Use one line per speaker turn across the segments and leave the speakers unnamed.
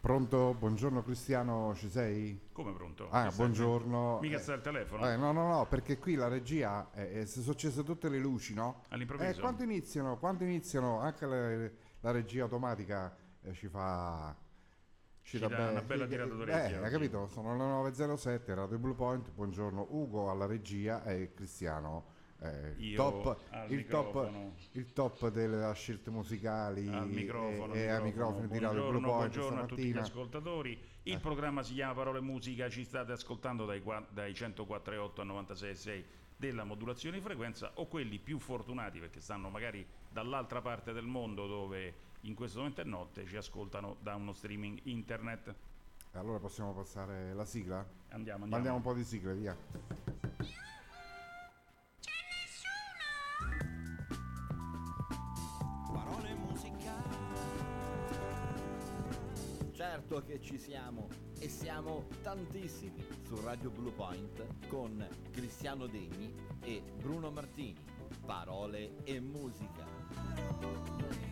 Pronto? Buongiorno Cristiano, ci sei?
Come pronto?
Ah,
Che
buongiorno.
Mica sta il telefono?
No, perché qui la regia si sono accese tutte le luci, no?
All'improvviso?
Quando iniziano, anche la regia automatica ci
Ci
dà
dà una bella tirata d'orecchie
hai
oggi.
capito? Sono le 9.07, Radio Blue Point, buongiorno Ugo alla regia e Cristiano,
Io al
il top,
microfono.
il top delle scelte musicali
Al microfono,
e ai microfoni di Radio Blue
buongiorno,
Point
buongiorno a tutti gli
stamattina.
ascoltatori. Il programma si chiama Parole e Musica, ci state ascoltando dai 104.8 a 96.6 della modulazione di frequenza, o quelli più fortunati perché stanno magari dall'altra parte del mondo dove in questo momento è notte, ci ascoltano da uno streaming internet.
Allora possiamo passare la sigla?
Andiamo.
Mandiamo un po' di sigle, via.
Parole musicali.
Certo che ci siamo e siamo tantissimi su Radio Blue Point con Cristiano Degni e Bruno Martini. Parole e musica.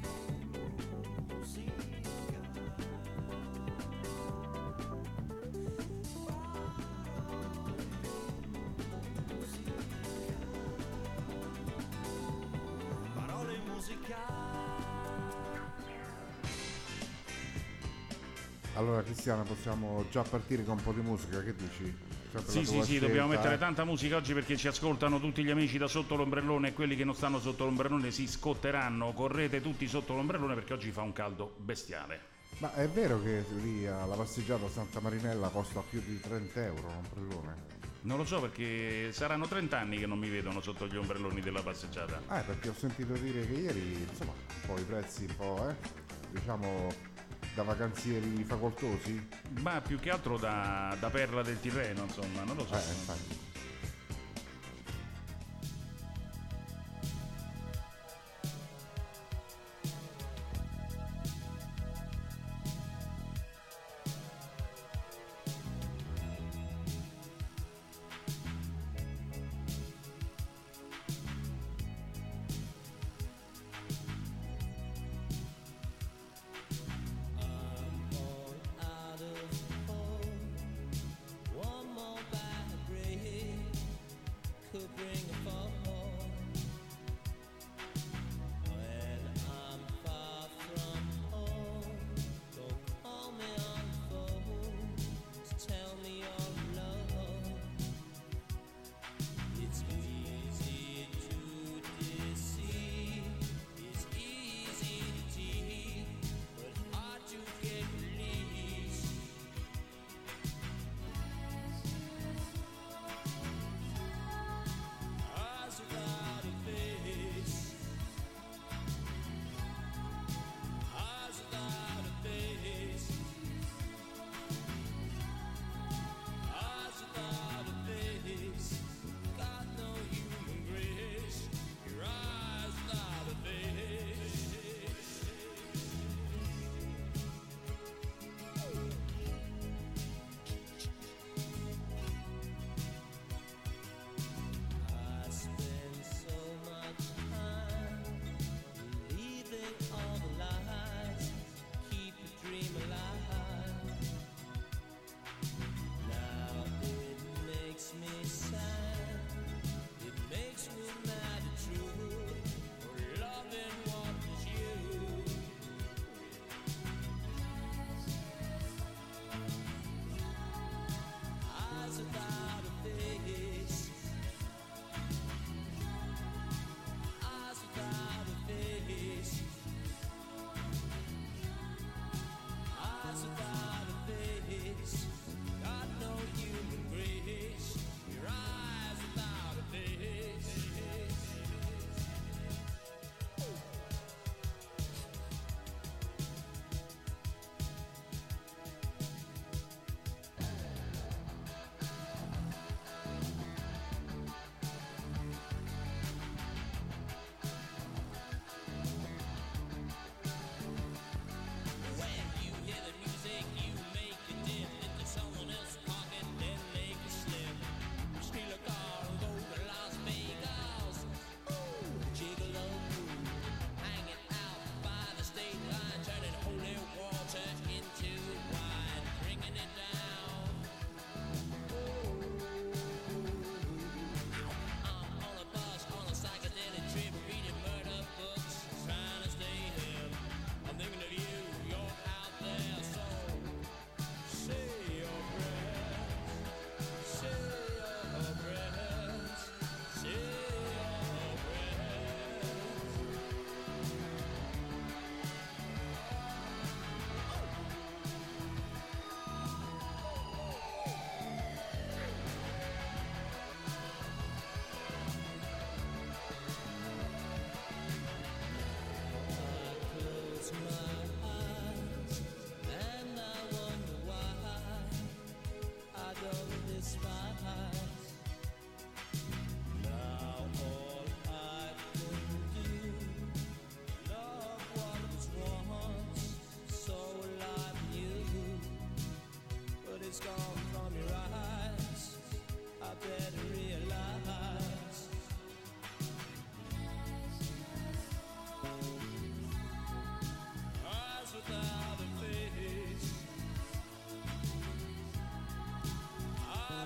Parole musicali.
Allora Cristiano, possiamo già partire con un po' di musica, che dici? Sempre la
Sì,
tua scelta,
dobbiamo mettere tanta musica oggi perché ci ascoltano tutti gli amici da sotto l'ombrellone e quelli che non stanno sotto l'ombrellone si scotteranno. Correte tutti sotto l'ombrellone perché oggi fa un caldo bestiale.
Ma è vero che lì alla passeggiata Santa Marinella costa più di 30 euro un ombrellone?
Non lo so perché saranno 30 anni che non mi vedono sotto gli ombrelloni della passeggiata.
Perché ho sentito dire che ieri, insomma, un po' i prezzi, diciamo, da vacanzieri facoltosi.
Ma più che altro da perla del Tirreno, insomma, non lo so.
Infatti.
One more vibrating.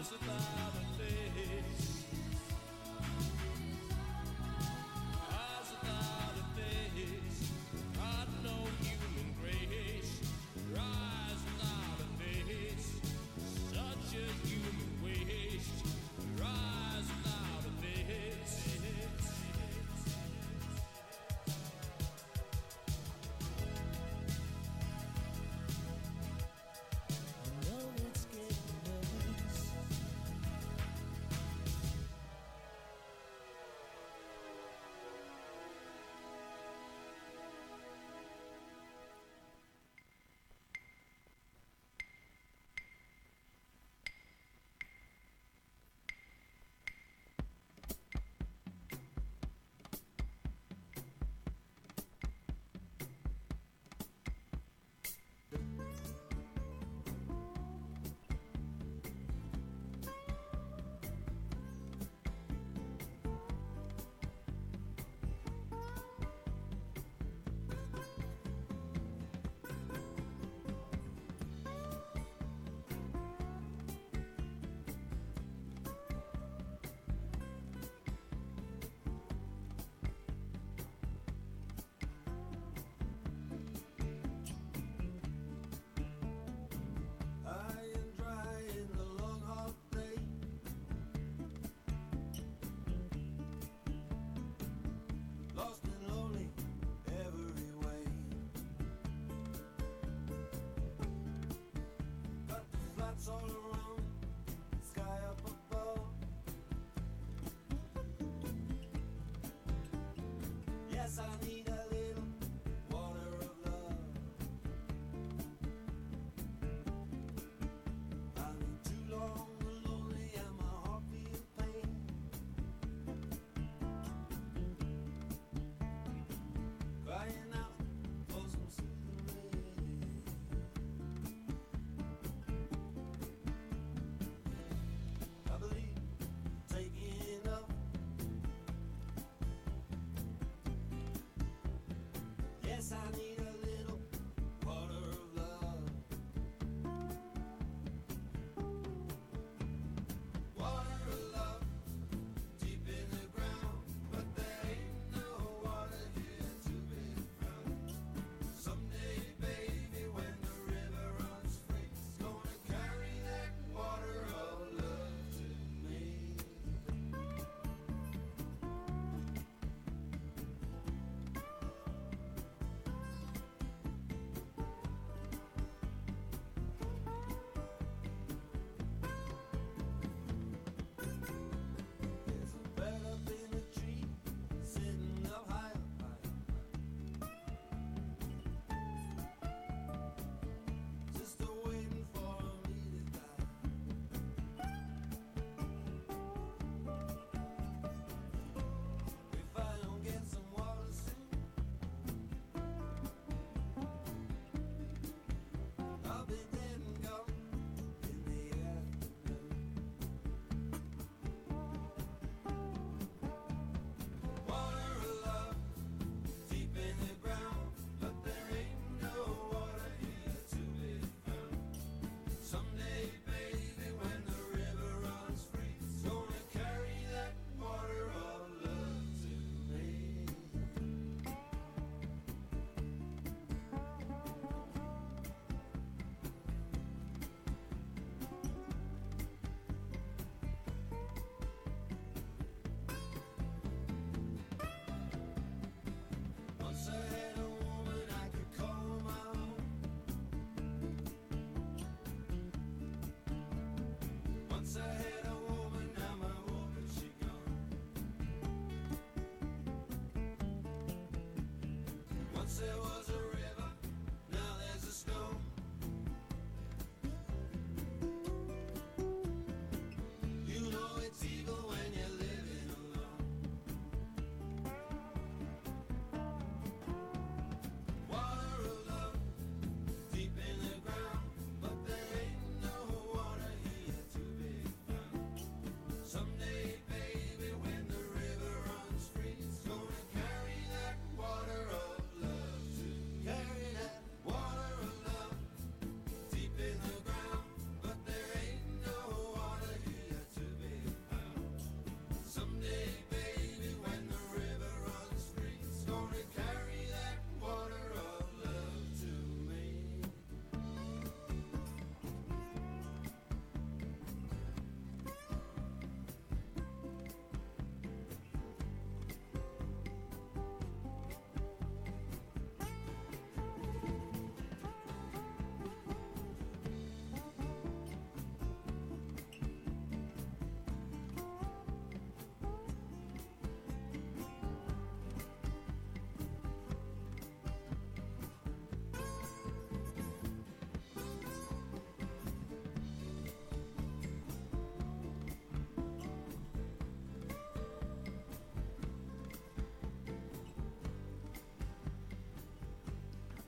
rise without a face. Rise without a face. Got no human grace. Rise without a face. Such a human waste. Rise without a face. I know it's getting worse.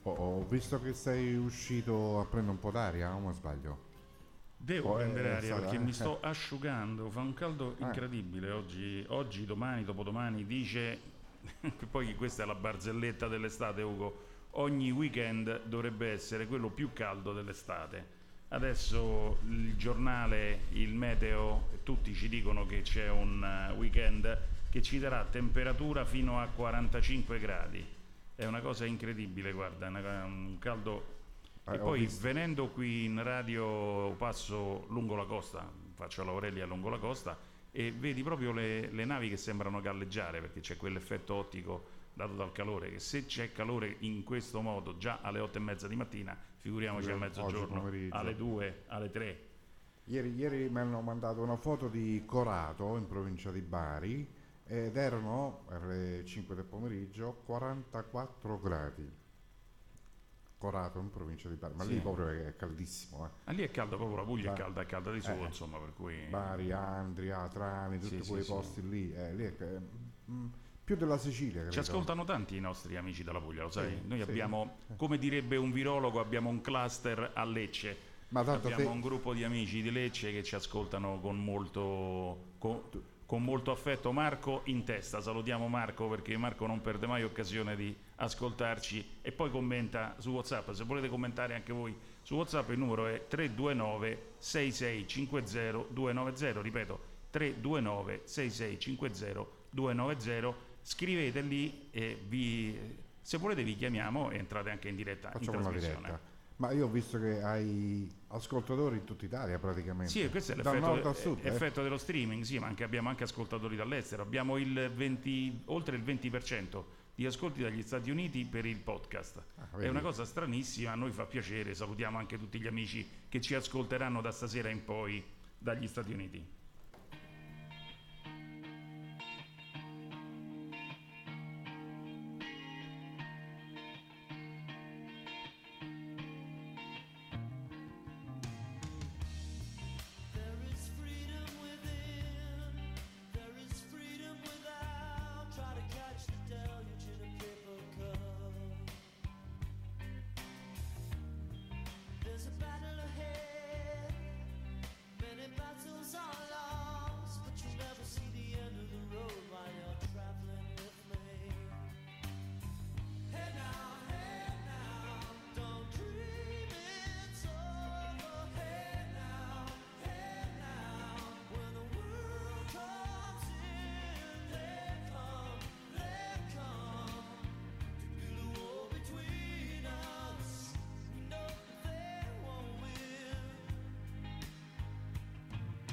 Ho visto che sei uscito a prendere un po' d'aria, o mi sbaglio?
Devo prendere aria
stata-
perché mi sto asciugando, fa un caldo incredibile oggi, domani, dopodomani, dice, poi questa è la barzelletta dell'estate Ugo, ogni weekend dovrebbe essere quello più caldo dell'estate. Adesso il giornale, il meteo, tutti ci dicono che c'è un weekend che ci darà temperatura fino a 45 gradi. È una cosa incredibile, guarda, un caldo. E
Ho
poi
visto.
venendo qui in radio passo lungo la costa, faccio l'Aurelia lungo la costa e vedi proprio le navi che sembrano galleggiare perché c'è quell'effetto ottico dato dal calore che se c'è calore in questo modo già alle 8:30 di mattina, figuriamoci a
Oggi
mezzogiorno,
pomeriggio.
alle 2, alle 3.
Ieri mi hanno mandato una foto di Corato in provincia di Bari ed erano alle 5 del pomeriggio 44 gradi. Corato in provincia di Bari, ma
Sì.
lì proprio è caldissimo.
Ah, lì è caldo, proprio la Puglia
Ba-
è calda di suo, insomma, per cui...
Bari, Andria, Trani, tutti
Sì,
quei
sì,
posti lì, lì più della Sicilia, credo.
Ci ascoltano tanti i nostri amici dalla Puglia, lo sai?
Sì,
Noi
sì.
abbiamo, come direbbe un virologo, abbiamo un cluster a Lecce.
Ma tanto
Abbiamo
te-
un gruppo di amici di Lecce che ci ascoltano con molto affetto. Marco in testa, salutiamo Marco perché Marco non perde mai occasione di ascoltarci e poi commenta su WhatsApp. Se volete commentare anche voi su WhatsApp il numero è 329 6650 290, ripeto 329 6650 290. Scrivete lì e se volete vi chiamiamo e entrate anche in diretta in
Facciamo una
trasmissione.
diretta. Ma io ho visto che hai ascoltatori in tutta Italia praticamente.
Sì, questo è
da
l'effetto,
nord a sud.
effetto dello streaming, sì, ma abbiamo anche ascoltatori dall'estero. Abbiamo oltre il 20% di ascolti dagli Stati Uniti per il podcast. È
vedi.
una cosa stranissima, a noi fa piacere, salutiamo anche tutti gli amici che ci ascolteranno da stasera in poi dagli Stati Uniti.
There is freedom within, there is freedom without. Try to catch the deluge in a paper cup. There's a battle ahead, many battles are lost, but you never see the end of the road while you're traveling with me. Hey now, don't dream it's over. Hey now, when the world comes in, they come to build a wall between us. We know they won't win.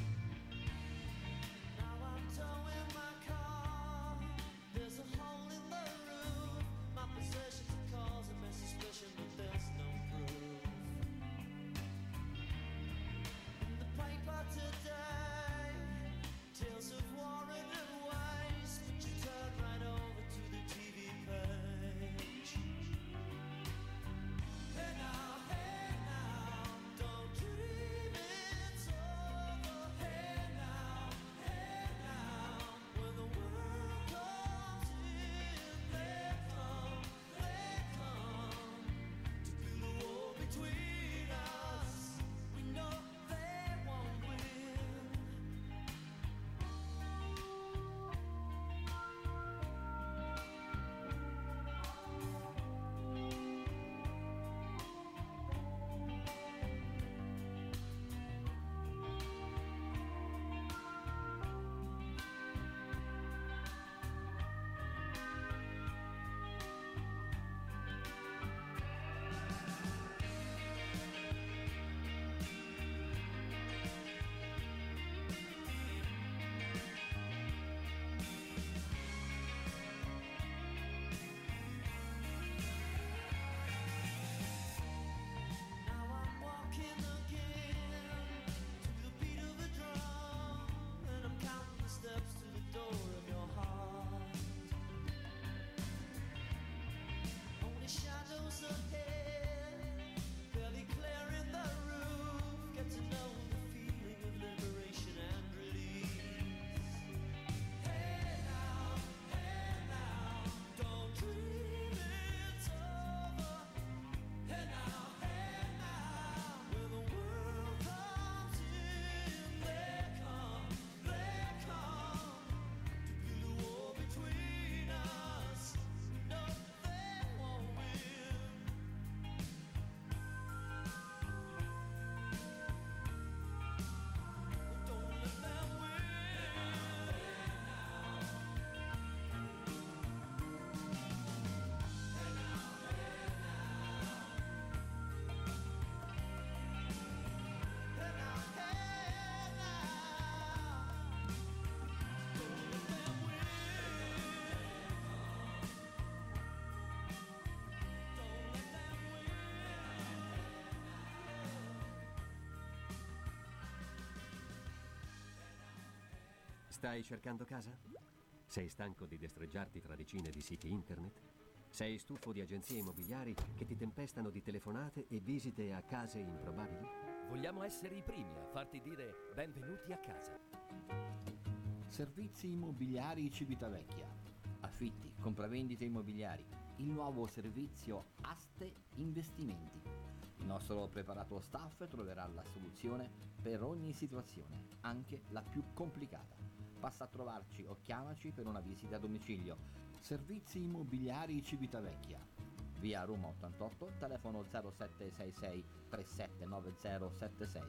Stai cercando casa? Sei stanco di destreggiarti tra decine di siti internet? Sei stufo di agenzie immobiliari che ti tempestano di telefonate e visite a case improbabili?
Vogliamo essere i primi a farti dire benvenuti a casa. Servizi immobiliari Civitavecchia. Affitti, compravendite immobiliari. Il nuovo servizio Aste Investimenti. Il nostro preparato staff troverà la soluzione per ogni situazione, anche la più complicata. Passa a trovarci o chiamaci per una visita a domicilio. Servizi immobiliari Civitavecchia. Via Roma 88, telefono 0766 379076,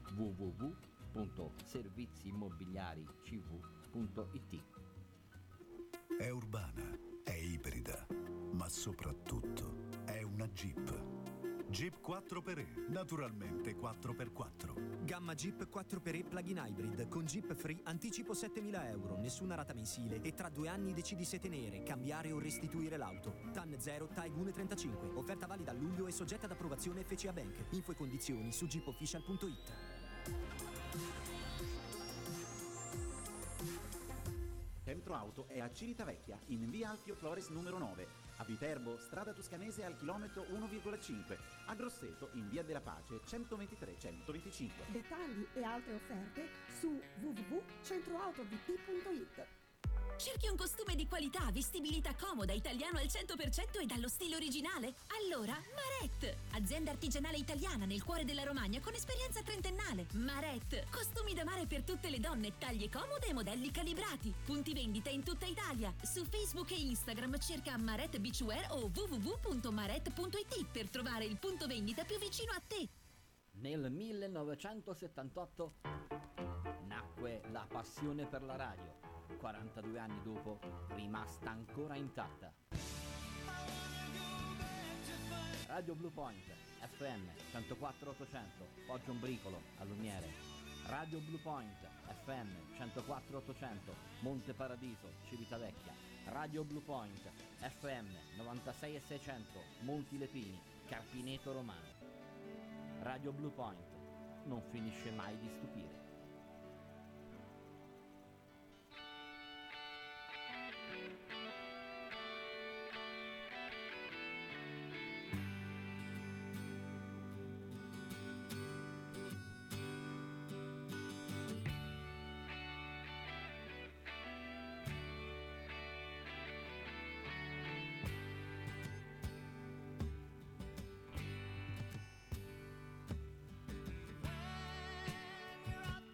www.serviziimmobiliaricv.it.
È urbana, è ibrida, ma soprattutto è una Jeep. Jeep 4xe, naturalmente 4x4.
Gamma Jeep 4xe plug-in hybrid con Jeep Free, anticipo 7.000 euro, nessuna rata mensile e tra 2 anni decidi se tenere, cambiare o restituire l'auto. TAN 0, Taigune 35, offerta valida a luglio e soggetta ad approvazione FCA Bank. Info e condizioni su jeepofficial.it.
Centro Auto è a Civitavecchia, in via Alfio Flores numero 9. A Viterbo, strada toscanese al chilometro 1,5. A Grosseto, in via della Pace 123-125.
Dettagli e altre offerte su www.centroautovt.it.
Cerchi un costume di qualità, vestibilità comoda, italiano al 100% e dallo stile originale? Allora, Maret! Azienda artigianale italiana nel cuore della Romagna con esperienza trentennale. Maret! Costumi da mare per tutte le donne, taglie comode e modelli calibrati. Punti vendita in tutta Italia. Su Facebook e Instagram cerca Maret Beachwear o www.maret.it per trovare il punto vendita più vicino a te.
Nel 1978 nacque la passione per la radio. 42 anni dopo, rimasta ancora intatta. Radio Blue Point, FM 104-800, Poggio Ombricolo, a Lumiere. Radio Blue Point, FM 104-800, Monte Paradiso, Civitavecchia. Radio Blue Point, FM 96-600, Monti Lepini, Carpineto Romano. Radio Blue Point non finisce mai di stupire.
You're out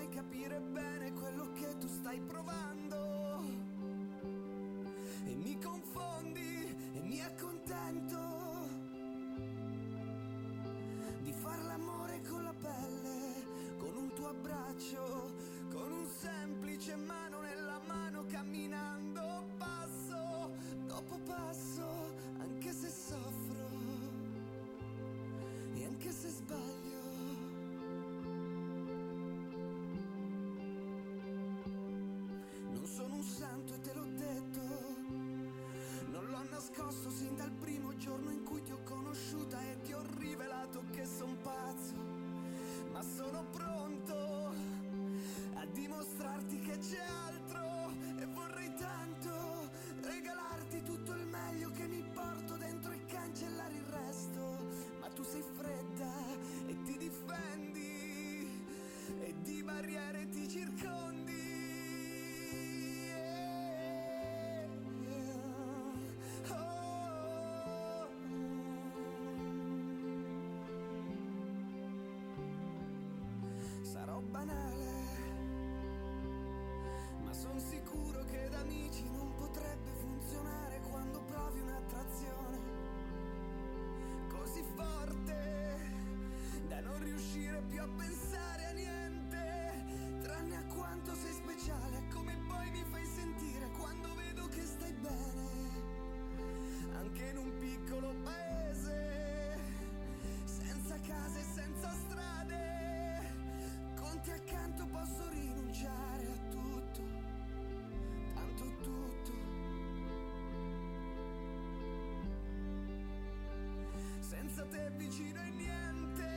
fai capire bene quello che tu stai provando. E mi confondi e mi accontento di far l'amore con la pelle, con un tuo abbraccio, con un semplice mano nella mano, camminando passo dopo passo, anche se soffro e anche se sbaglio. Non sono un santo e te l'ho detto, non l'ho nascosto sin dal primo giorno in cui ti ho conosciuta e ti ho rivelato che son pazzo, ma sono pronto a dimostrarti che c'è altro e vorrei tanto regalarti tutto il meglio che mi porto dentro e cancellare il resto, ma tu sei fredda e ti difendi e di barriere ti circondi. Sarò banale, ma son sicuro che da amici non potrebbe funzionare quando provi un'attrazione così forte da non riuscire più a pensare a niente, tranne a quanto sei speciale, a come poi mi fai sentire quando vedo che stai bene, anche in un piccolo paese, senza case e senza strade. Con te accanto posso rinunciare a tutto, tanto tutto, senza te vicino è niente.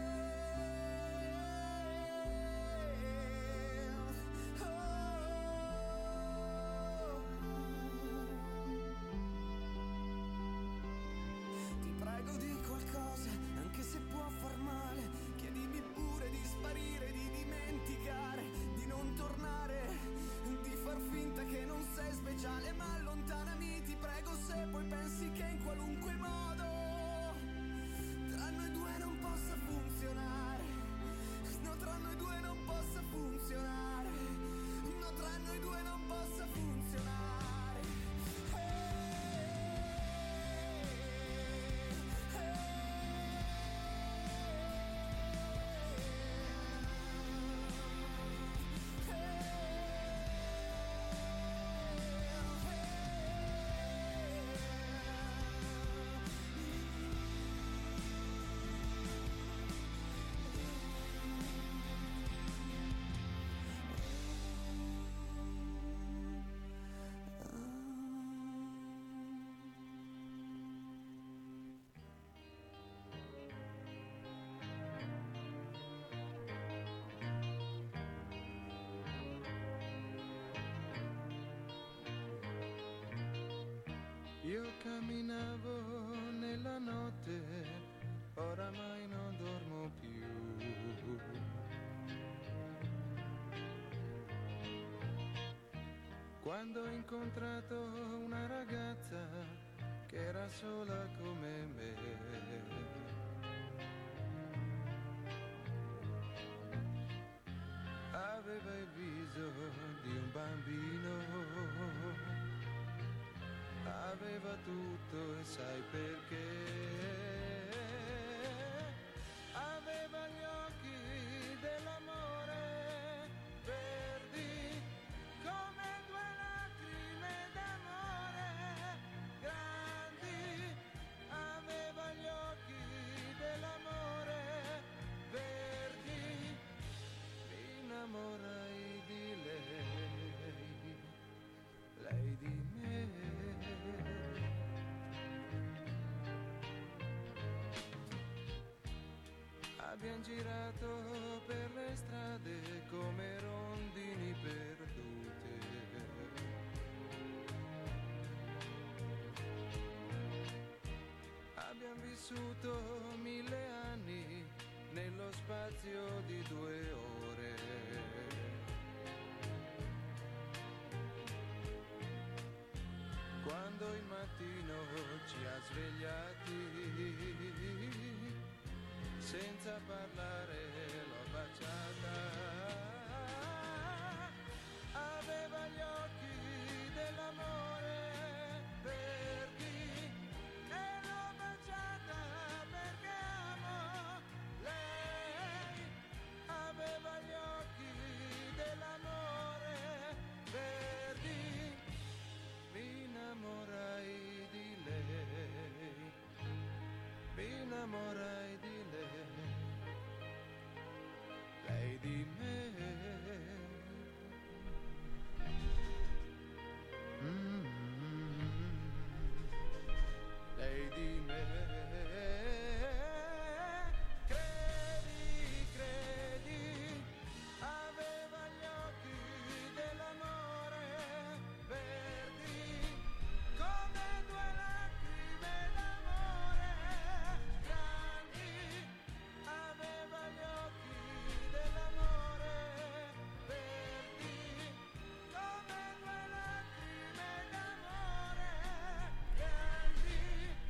Ti prego di qualcosa, anche se può far male, chiedimi pure di sparire, di dimenticare, di non tornare, di far finta che non sei speciale, ma allontanami, ti prego, se poi pensi che in qualunque modo tra noi due non possa funzionare, no, tra noi due non possa funzionare, no, tra noi due non possa funzionare.
Io camminavo nella notte, oramai non dormo più. Quando ho incontrato una ragazza che era sola come me, aveva il viso di un bambino, aveva tutto e sai perché? Aveva gli occhi dell'amore verdi come due lacrime d'amore grandi, aveva gli occhi dell'amore verdi, mi innamorai di lei di me. Abbiamo girato per le strade come rondini perdute. Abbiamo vissuto 1000 anni nello spazio di 2 ore. Quando il mattino ci ha svegliati, senza parlare l'ho baciata innamorai di lei di me. Lei di me. Credi, aveva gli occhi dell'amore verdi come due lacrime d'amore grandi, aveva gli occhi dell'amore verdi come due lacrime d'amore grandi,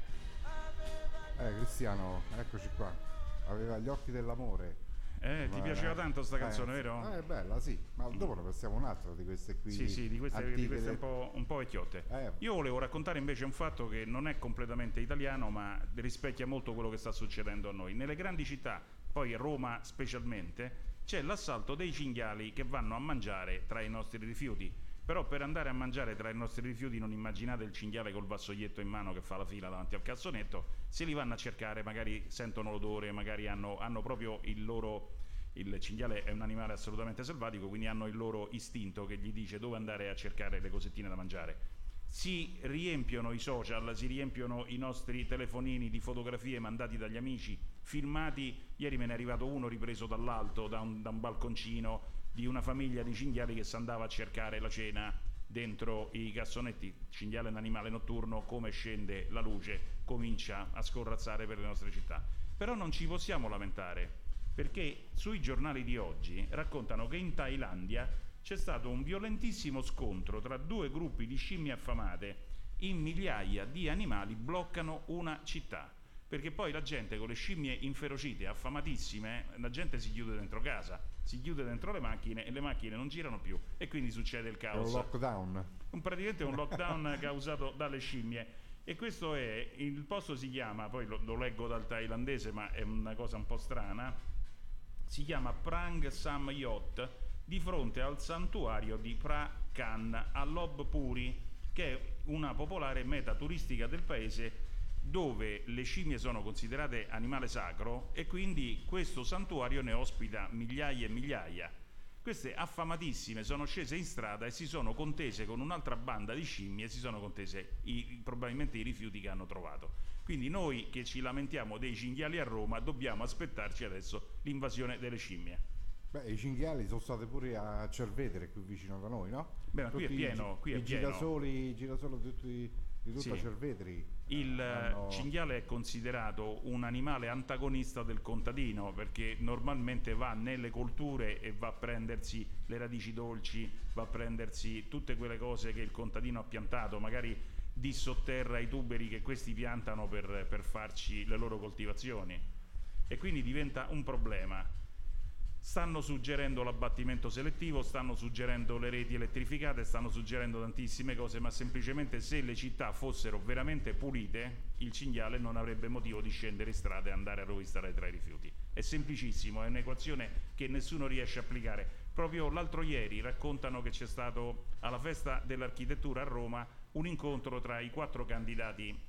aveva
Cristiano, eccoci qua. Aveva gli occhi dell'amore.
Ti piaceva tanto sta canzone, vero?
È bella, sì. Ma dopo ne passiamo un'altra di queste qui.
Sì, di queste
antiche
un po' vecchiotte. Io volevo raccontare invece un fatto che non è completamente italiano, ma rispecchia molto quello che sta succedendo a noi. Nelle grandi città, poi Roma specialmente, c'è l'assalto dei cinghiali che vanno a mangiare tra i nostri rifiuti. Però per andare a mangiare tra i nostri rifiuti non immaginate il cinghiale col vassoietto in mano che fa la fila davanti al cassonetto, se li vanno a cercare, magari sentono l'odore, magari hanno proprio il loro... Il cinghiale è un animale assolutamente selvatico, quindi hanno il loro istinto che gli dice dove andare a cercare le cosettine da mangiare. Si riempiono i social, si riempiono i nostri telefonini di fotografie mandati dagli amici, filmati. Ieri me ne è arrivato uno ripreso dall'alto, da un balconcino, di una famiglia di cinghiali che si andava a cercare la cena dentro i cassonetti. Il cinghiale è un animale notturno, come scende la luce comincia a scorrazzare per le nostre città. Però non ci possiamo lamentare, perché sui giornali di oggi raccontano che in Thailandia c'è stato un violentissimo scontro tra due gruppi di scimmie affamate. In migliaia di animali bloccano una città, perché poi la gente con le scimmie inferocite, affamatissime, la gente si chiude dentro casa, si chiude dentro le macchine e le macchine non girano più e quindi succede il caos.
È un lockdown.
Praticamente un lockdown causato dalle scimmie. E questo è, il posto si chiama, poi lo leggo dal thailandese ma è una cosa un po' strana, si chiama Prang Sam Yot, di fronte al santuario di Pra Khan a Lob Puri, che è una popolare meta turistica del paese dove le scimmie sono considerate animale sacro e quindi questo santuario ne ospita migliaia e migliaia. Queste affamatissime sono scese in strada e si sono contese con un'altra banda di scimmie, si sono contese probabilmente i rifiuti che hanno trovato. Quindi noi che ci lamentiamo dei cinghiali a Roma dobbiamo aspettarci adesso l'invasione delle scimmie.
Beh, i cinghiali sono stati pure a Cervetere, qui vicino da noi, no?
Beh, ma qui è pieno, qui è pieno.
Girasoli di tutta
Sì.
Cerveteri.
Il cinghiale è considerato un animale antagonista del contadino, perché normalmente va nelle colture e va a prendersi le radici dolci, va a prendersi tutte quelle cose che il contadino ha piantato, magari dissotterra i tuberi che questi piantano per farci le loro coltivazioni, e quindi diventa un problema. Stanno suggerendo l'abbattimento selettivo, stanno suggerendo le reti elettrificate, stanno suggerendo tantissime cose, ma semplicemente se le città fossero veramente pulite, il cinghiale non avrebbe motivo di scendere in strada e andare a rovistare tra i rifiuti. È semplicissimo, è un'equazione che nessuno riesce a applicare. Proprio l'altro ieri raccontano che c'è stato alla festa dell'architettura a Roma un incontro tra i 4 candidati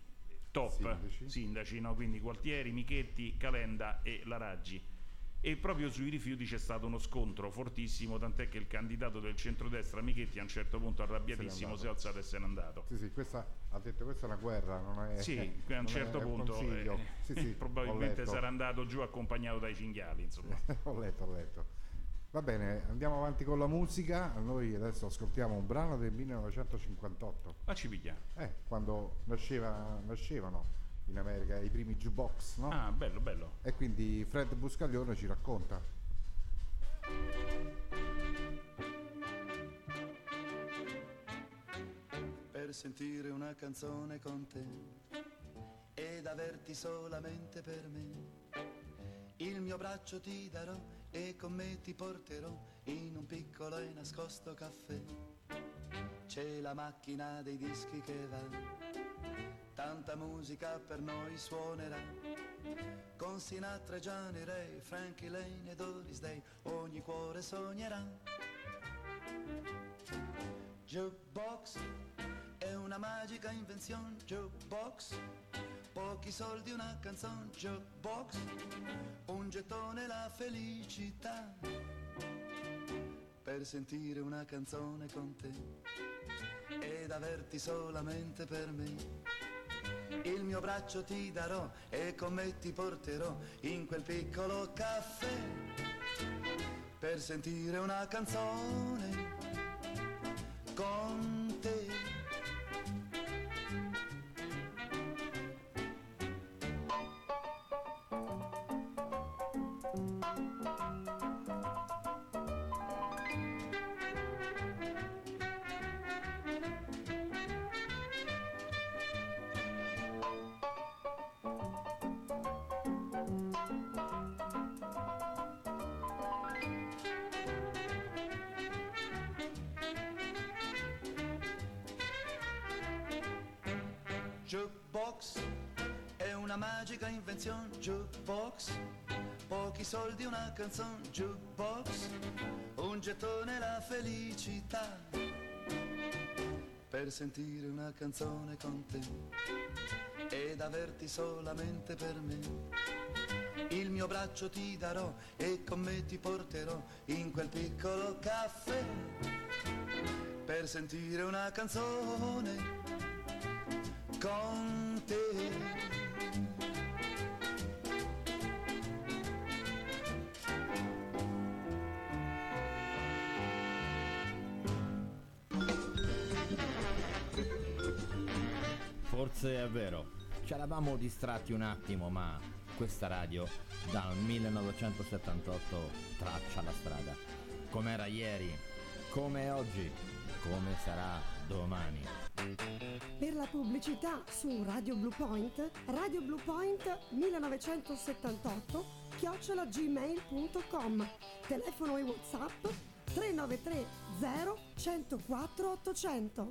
top sindaci, no? Quindi Gualtieri, Michetti, Calenda e La Raggi. E proprio sui rifiuti c'è stato uno scontro fortissimo, tant'è che il candidato del centrodestra Michetti a un certo punto arrabbiatissimo si è alzato e se n'è andato.
Sì, ha detto questa è una guerra, non è.
Sì, a un certo punto probabilmente sarà andato giù accompagnato dai cinghiali, insomma.
Ho letto. Va bene, andiamo avanti con la musica. Noi adesso ascoltiamo un brano del 1958.
Ah, ci piglia.
Quando nascevano in America i primi jukebox, no?
Ah, bello.
E quindi Fred Buscaglione ci racconta.
Per sentire una canzone con te ed averti solamente per me, il mio braccio ti darò e con me ti porterò in un piccolo e nascosto caffè. C'è la macchina dei dischi che va, tanta musica per noi suonerà, con Sinatra e Johnny Ray, Frankie Lane e Doris Day, ogni cuore sognerà. Jukebox è una magica invenzione, jukebox pochi soldi, una canzone, jukebox, un gettone, la felicità, per sentire una canzone con te ed averti solamente per me. Il mio braccio ti darò e con me ti porterò in quel piccolo caffè, per sentire una canzone con te. Jukebox è una magica invenzione, jukebox, pochi soldi, una canzone, jukebox, un gettone, la felicità, per sentire una canzone con te ed averti solamente per me. Il mio braccio ti darò e con me ti porterò in quel piccolo caffè, per sentire una canzone con te.
Forse è vero, ci eravamo distratti un attimo, ma questa radio dal 1978 traccia la strada. Com'era ieri, come è oggi, come sarà domani.
Per la pubblicità su Radio Blue Point, Radio Blue Point 1978 @gmail.com. Telefono e WhatsApp 393 0 104 800.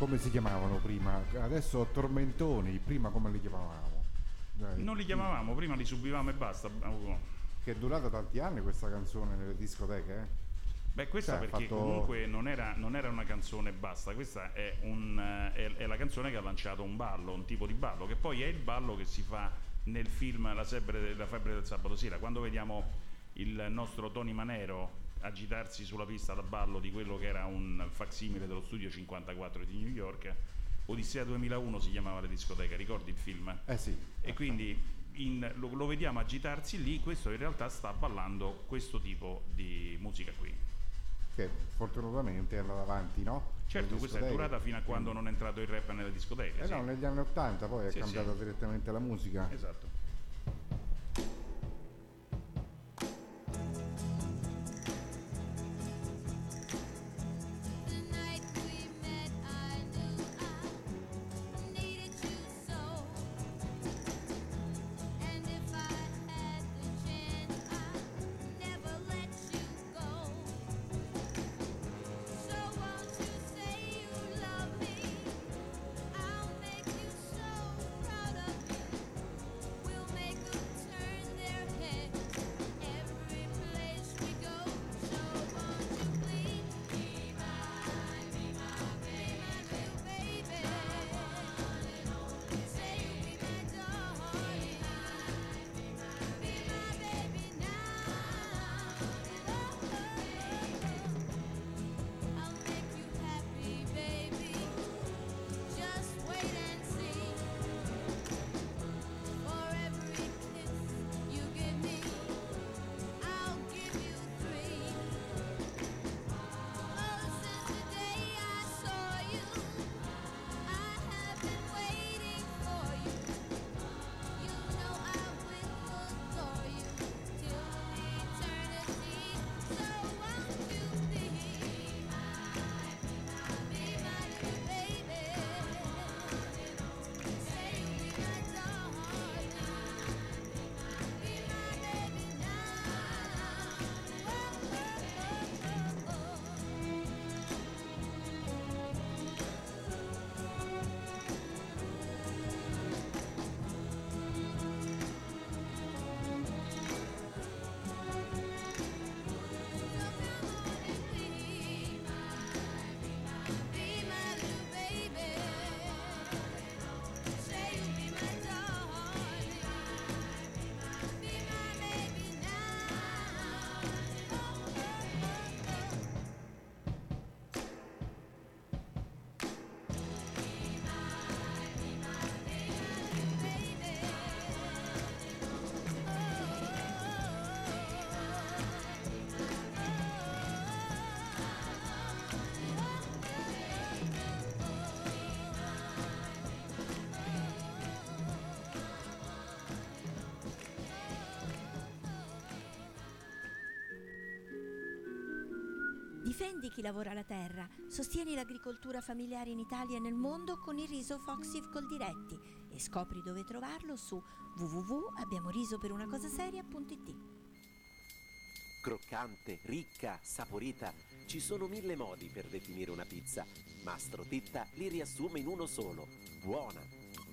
come si chiamavano prima? Adesso tormentoni, prima come li chiamavamo?
Non li chiamavamo, prima li subivamo e basta.
Che è durata tanti anni questa canzone nelle discoteche, eh?
Beh, questa perché comunque non era una canzone e basta, questa è la canzone che ha lanciato un ballo, un tipo di ballo, che poi è il ballo che si fa nel film La febbre del sabato sera, quando vediamo il nostro Tony Manero agitarsi sulla pista da ballo di quello che era un facsimile dello Studio 54 di New York. Odissea 2001 si chiamava la discoteca, ricordi il film?
Sì.
E quindi lo vediamo agitarsi lì, questo in realtà sta ballando questo tipo di musica qui.
Che fortunatamente è andata avanti, no?
Certo, questa è durata fino a quando non è entrato il rap nelle discoteche.
No, negli anni 80 poi è cambiata direttamente la musica.
Esatto.
Difendi chi lavora la terra, sostieni l'agricoltura familiare in Italia e nel mondo con il riso Foxiv Coldiretti e scopri dove trovarlo su www.abbiamorisoperunacosaseria.it.
Croccante, ricca, saporita, ci sono 1000 modi per definire una pizza. Mastro Titta li riassume in uno solo: buona.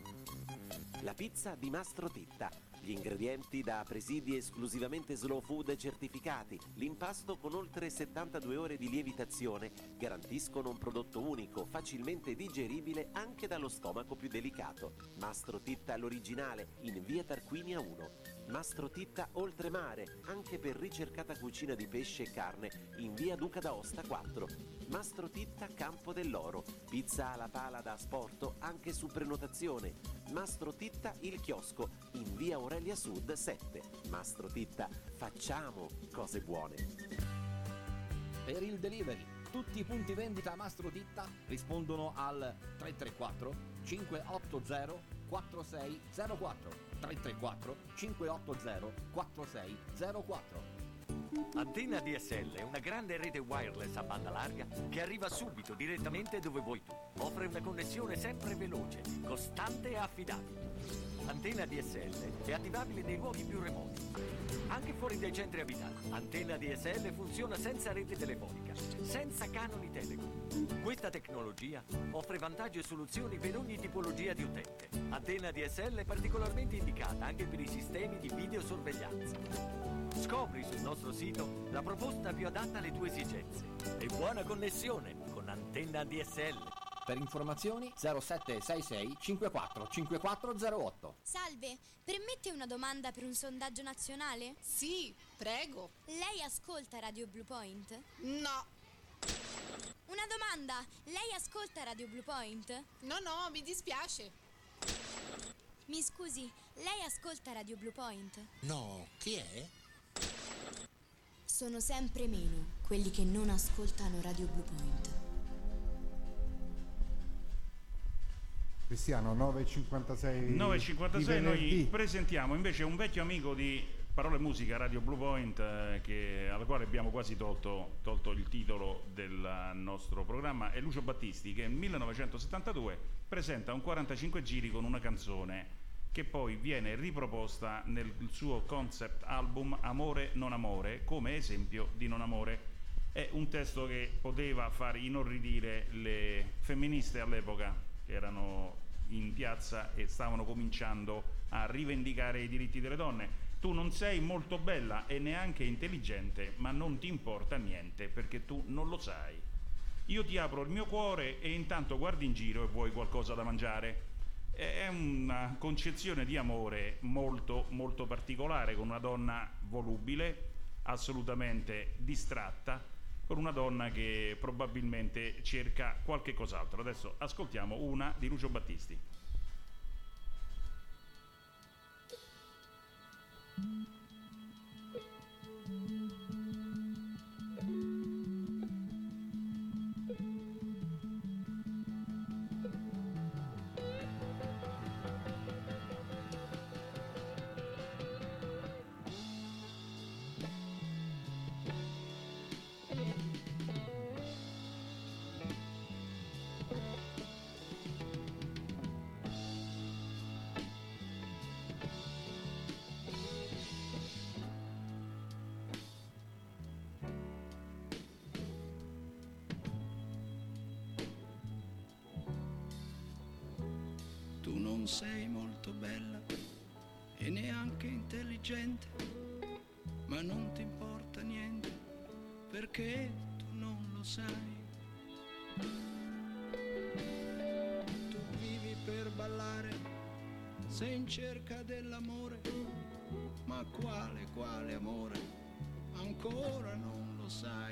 La pizza di Mastro Titta. Gli ingredienti da presidi esclusivamente slow food certificati, l'impasto con oltre 72 ore di lievitazione garantiscono un prodotto unico, facilmente digeribile anche dallo stomaco più delicato. Mastro Titta l'originale, in via Tarquinia 1. Mastro Titta Oltremare, anche per ricercata cucina di pesce e carne, in via Duca d'Aosta 4. Mastro Titta Campo dell'Oro, pizza alla pala da asporto anche su prenotazione. Mastro Titta Il Chiosco, in via Aurelia Sud 7. Mastro Titta, facciamo cose buone.
Per il delivery, tutti i punti vendita Mastro Titta rispondono al 334 580 4604. 334 580 4604.
Antenna DSL è una grande rete wireless a banda larga che arriva subito direttamente dove vuoi tu. Offre una connessione sempre veloce, costante e affidabile. Antenna DSL è attivabile nei luoghi più remoti, anche fuori dai centri abitati. Antenna DSL funziona senza rete telefonica, senza canoni Telecom. Questa tecnologia offre vantaggi e soluzioni per ogni tipologia di utente. Antena DSL è particolarmente indicata anche per i sistemi di videosorveglianza. Scopri sul nostro sito la proposta più adatta alle tue esigenze. E buona connessione con Antenna DSL.
Per informazioni 0766 54 5408.
Salve, permette una domanda per un sondaggio nazionale?
Sì, prego.
Lei ascolta Radio Blue Point?
No.
Una domanda, lei ascolta Radio Blue Point?
No, mi dispiace.
Mi scusi, lei ascolta Radio Blue Point?
No, chi è?
Sono sempre meno quelli che non ascoltano Radio Blue Point.
Cristiano, 9.56.
9.56, noi presentiamo invece un vecchio amico di Parole Musica, Radio Blue Point, al quale abbiamo quasi tolto il titolo del nostro programma, è Lucio Battisti, che nel 1972 presenta un 45 giri con una canzone che poi viene riproposta nel suo concept album Amore non amore, come esempio di non amore. È un testo che poteva far inorridire le femministe all'epoca, che erano in piazza e stavano cominciando a rivendicare i diritti delle donne. Tu non sei molto bella e neanche intelligente, ma non ti importa niente perché tu non lo sai. Io ti apro il mio cuore e intanto guardi in giro e vuoi qualcosa da mangiare. È una concezione di amore molto molto particolare, con una donna volubile, assolutamente distratta, con una donna che probabilmente cerca qualche cos'altro. Adesso ascoltiamo una di Lucio Battisti.
Tu non sei molto bella e neanche intelligente, ma non ti importa niente perché tu non lo sai. Tu vivi per ballare, sei in cerca dell'amore, ma quale amore? Ancora non lo sai.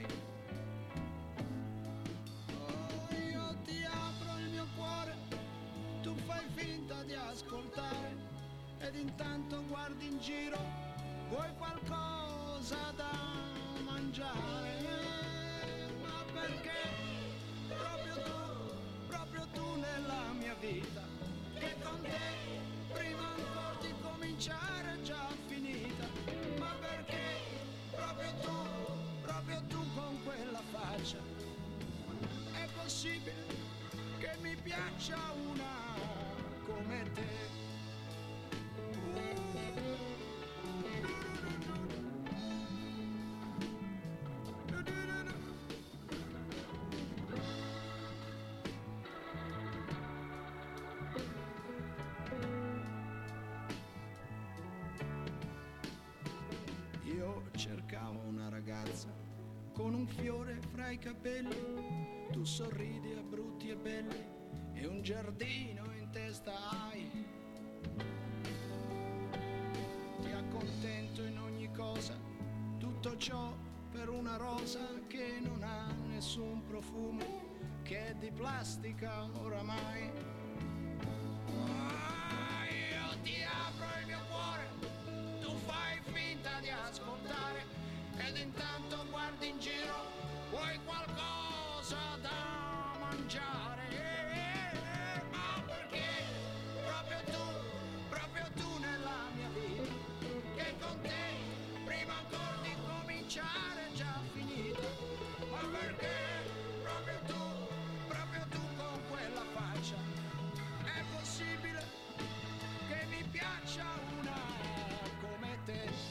Oh, io ti apro il mio cuore, tu fai finta di ascoltare ed intanto guardi in giro, vuoi qualcosa da mangiare, ma perché proprio tu nella mia vita, che con te prima ancora di cominciare è già finita, ma perché proprio tu con quella faccia, è possibile che mi piaccia una come te. Io cercavo una ragazza con un fiore fra i capelli, tu sorridi a brutti e belli e un giardino in testa hai. Ti accontento in ogni cosa, tutto ciò per una rosa che non ha nessun profumo, che è di plastica oramai. Io ti apro il mio cuore, tu fai finta di ascoltare ed intanto guardi in giro, vuoi qualcosa da mangiare, ma perché proprio tu nella mia vita, che con te prima ancora di cominciare è già finita, ma perché proprio tu con quella faccia, è possibile che mi piaccia una come te.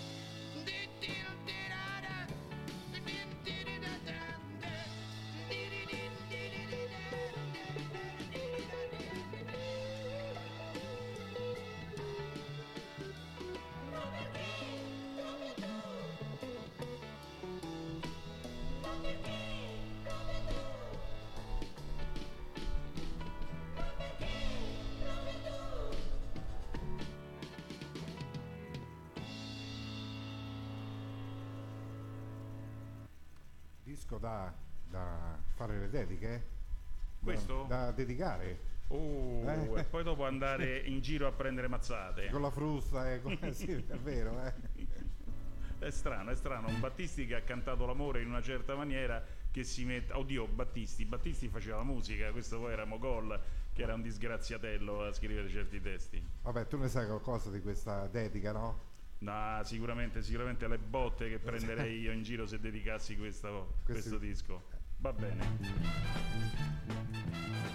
disco da fare le dediche?
Questo?
Da dedicare.
E poi dopo andare in giro a prendere mazzate.
Con la frusta, sì, è vero,
È strano, un Battisti che ha cantato l'amore in una certa maniera, che si mette... Oddio, Battisti faceva la musica, questo poi era Mogol, che era un disgraziatello a scrivere certi testi.
Vabbè, tu ne sai qualcosa di questa dedica, no?
No, sicuramente le botte che prenderei io in giro se dedicassi questo disco. Va bene.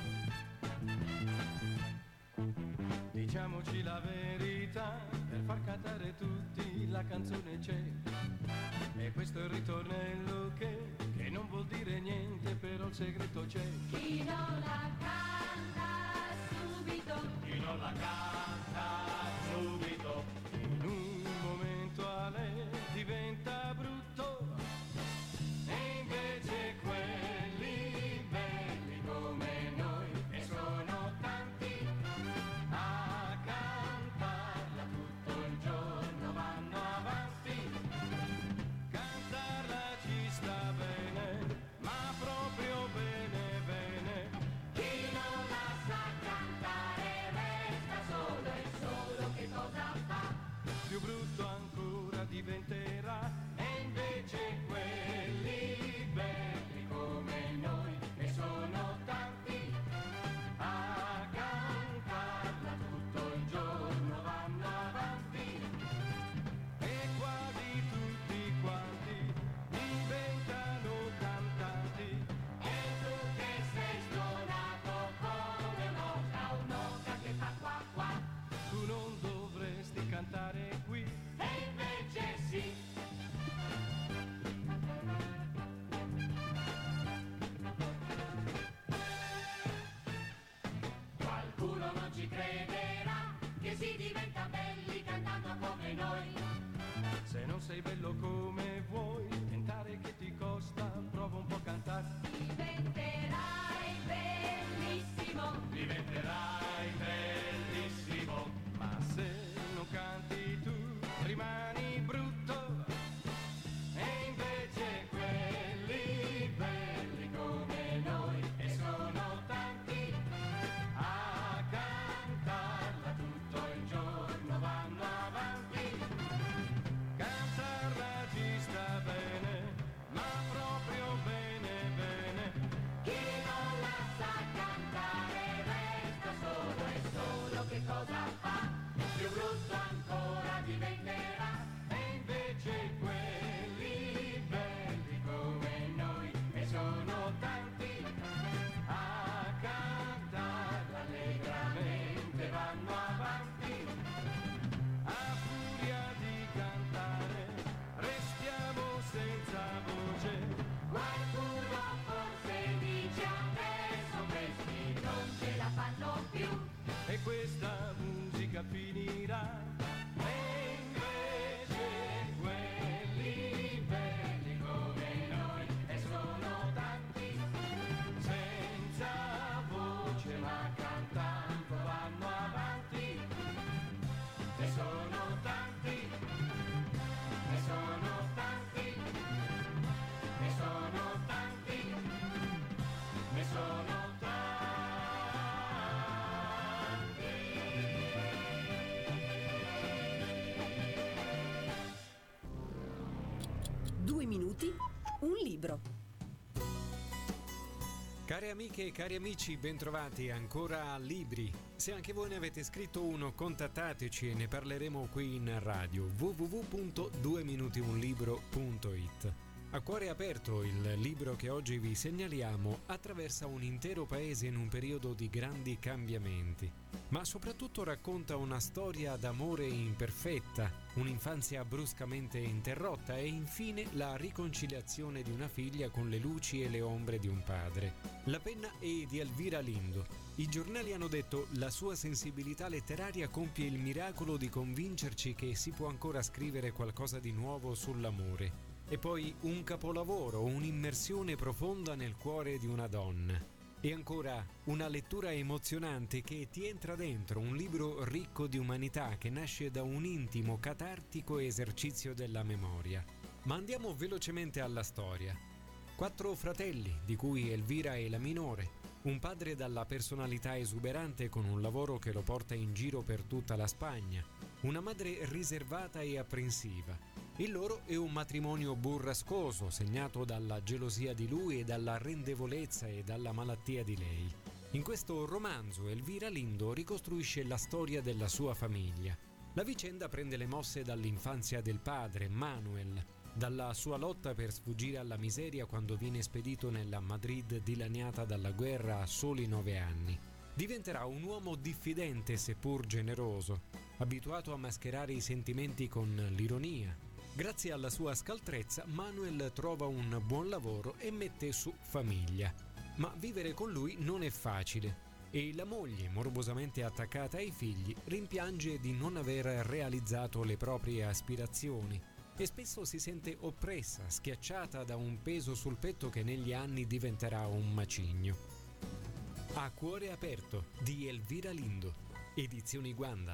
Diciamoci la verità, per far cantare tutti la canzone c'è. E questo è il ritornello che non vuol dire niente, però il segreto c'è.
Chi non la canta subito,
Chi non la canta subito, in un momento a lei diventa brutto. E invece quelli belli come noi, e sono tanti, a cantarla tutto il giorno vanno avanti. Cantarla ci sta bene, ma proprio bene bene.
chi non la sa cantare resta solo e solo che cosa fa?
Più brutto ancora diventerà, e invece quelli belli come noi, e sono tanti, a cantarla tutto il giorno vanno avanti. E quasi tutti quanti diventano cantanti.
E tu che sei stonato come un'oca che fa qua qua,
Tu non dovresti cantare qui,
e invece sì. Qualcuno non ci crederà che si diventa belli cantando come noi.
se non sei bello come vuoi, tentare che ti costa, prova un po' a cantare.
Diventerai bellissimo,
Diventerai bellissimo, ma se non canti tu rimani brutto. E invece quelli belli come noi, e sono tanti, a cantarla tutto il giorno vanno avanti. Cantarla ci sta bene, ma proprio bene bene.
chi non la sa cantare resta solo e solo che cosa fa? Più brutto ancora diventerà,
E invece quelli belli come noi, e sono tanti, a cantarla allegramente vanno avanti. A furia di cantare restiamo senza voce.
qualcuno forse dice adesso questi non ce la fanno più.
E questa musica finirà. E invece quelli belli come noi, e sono tanti, senza voce ma cantando vanno avanti. E sono tanti, e sono tanti, e sono tanti, e sono tanti.
2 minuti, un libro.
Care amiche e cari amici, bentrovati ancora a Libri. Se anche voi ne avete scritto uno, contattateci e ne parleremo qui in radio. www.2minutiunlibro.it. A cuore aperto, il libro che oggi vi segnaliamo attraversa un intero paese in un periodo di grandi cambiamenti, ma soprattutto racconta una storia d'amore imperfetta, un'infanzia bruscamente interrotta e infine la riconciliazione di una figlia con le luci e le ombre di un padre. La penna è di Elvira Lindo. I giornali hanno detto: la sua sensibilità letteraria compie il miracolo di convincerci che si può ancora scrivere qualcosa di nuovo sull'amore. E poi un capolavoro, un'immersione profonda nel cuore di una donna. E ancora una lettura emozionante che ti entra dentro, un libro ricco di umanità che nasce da un intimo, catartico esercizio della memoria. Ma andiamo velocemente alla storia. 4 fratelli, di cui Elvira è la minore, un padre dalla personalità esuberante con un lavoro che lo porta in giro per tutta la Spagna, una madre riservata e apprensiva. Il loro è un matrimonio burrascoso, segnato dalla gelosia di lui e dalla rendevolezza e dalla malattia di lei. In questo romanzo Elvira Lindo ricostruisce la storia della sua famiglia. La vicenda prende le mosse dall'infanzia del padre, Manuel, dalla sua lotta per sfuggire alla miseria quando viene spedito nella Madrid dilaniata dalla guerra a soli 9 anni. Diventerà un uomo diffidente seppur generoso, abituato a mascherare i sentimenti con l'ironia. Grazie alla sua scaltrezza, Manuel trova un buon lavoro e mette su famiglia. Ma vivere con lui non è facile e la moglie, morbosamente attaccata ai figli, rimpiange di non aver realizzato le proprie aspirazioni e spesso si sente oppressa, schiacciata da un peso sul petto che negli anni diventerà un macigno. A cuore aperto di Elvira Lindo, Edizioni Guanda.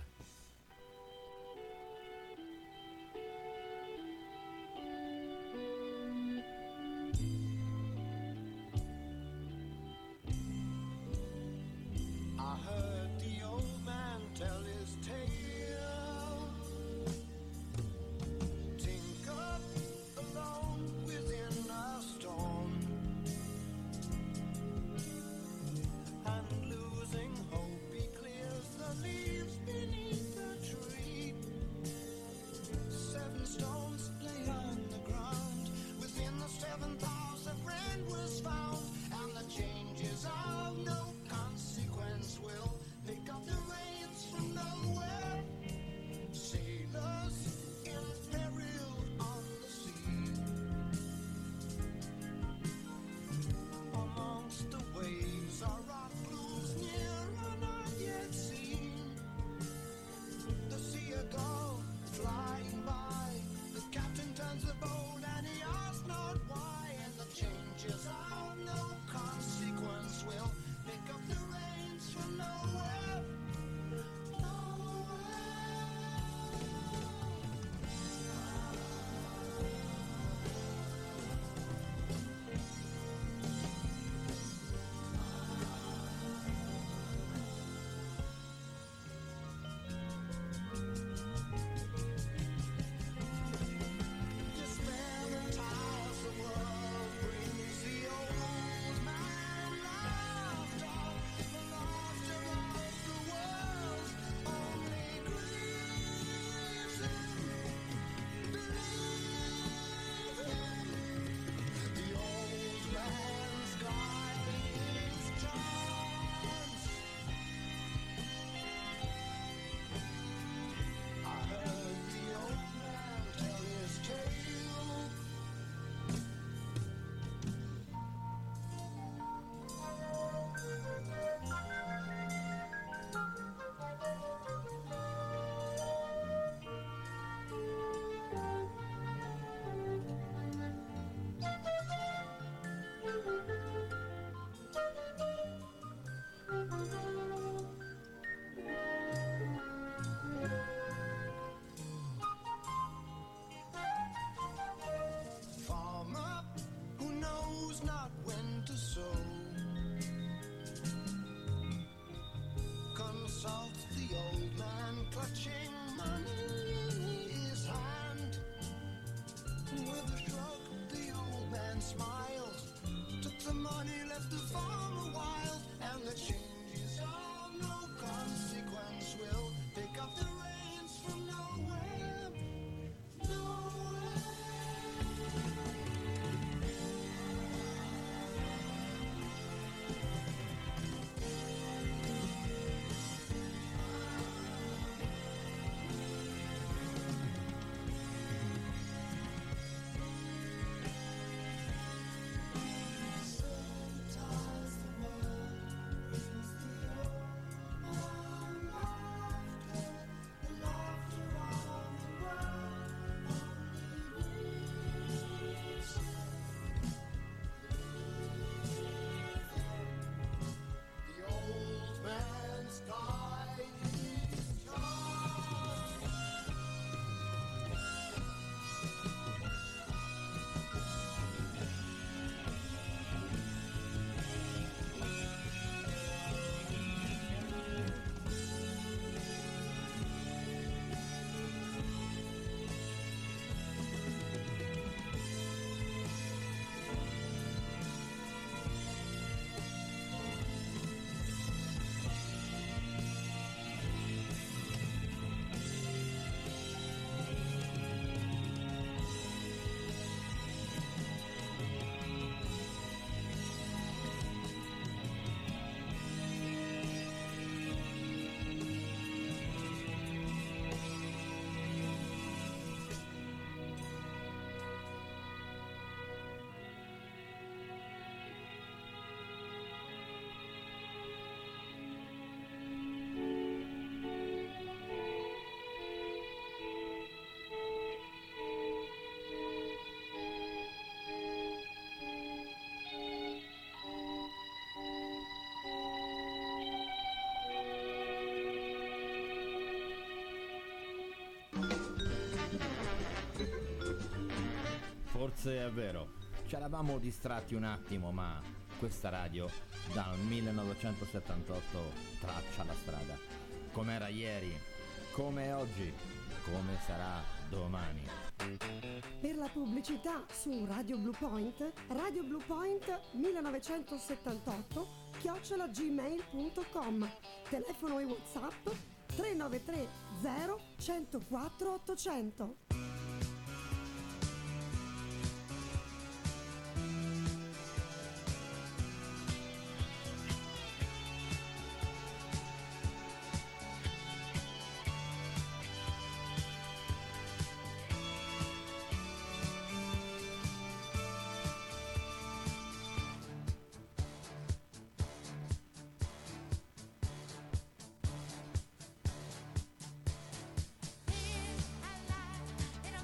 I heard the old man tell his tale. Think up alone within a storm, and losing hope he clears the leaves beneath the tree. 7 stones lay on the ground. Within the 7th house a friend was found, and the changes of no consequence will pick up the reins from nowhere. Sailors in peril on the sea, amongst the waves are rock clues near and not yet seen. The seagull flying by, the captain turns the boat and he asks not why, and the changes of no consequence will pick up the reins from nowhere. Despair and tires the world, brings the old man laughter. The laughter of the world only grieves him. Believe him, the old man's guiding stars. I heard the old man tell his tale. Farmer who knows not when to sow consults the old man clutching money in his hand. With a shrug the old man smiled, took the money, left the farmer wild, and the changes of no consequence will pick up the reins from nowhere. Nowhere. Sometimes the world
Forse è vero, ci eravamo distratti un attimo, ma questa radio dal 1978 traccia la strada. Com'era ieri, come è oggi, come sarà domani.
Per la pubblicità su Radio Blue Point, Radio Blue Point 1978 @gmail.com. Telefono e WhatsApp 393 0 104 800.
And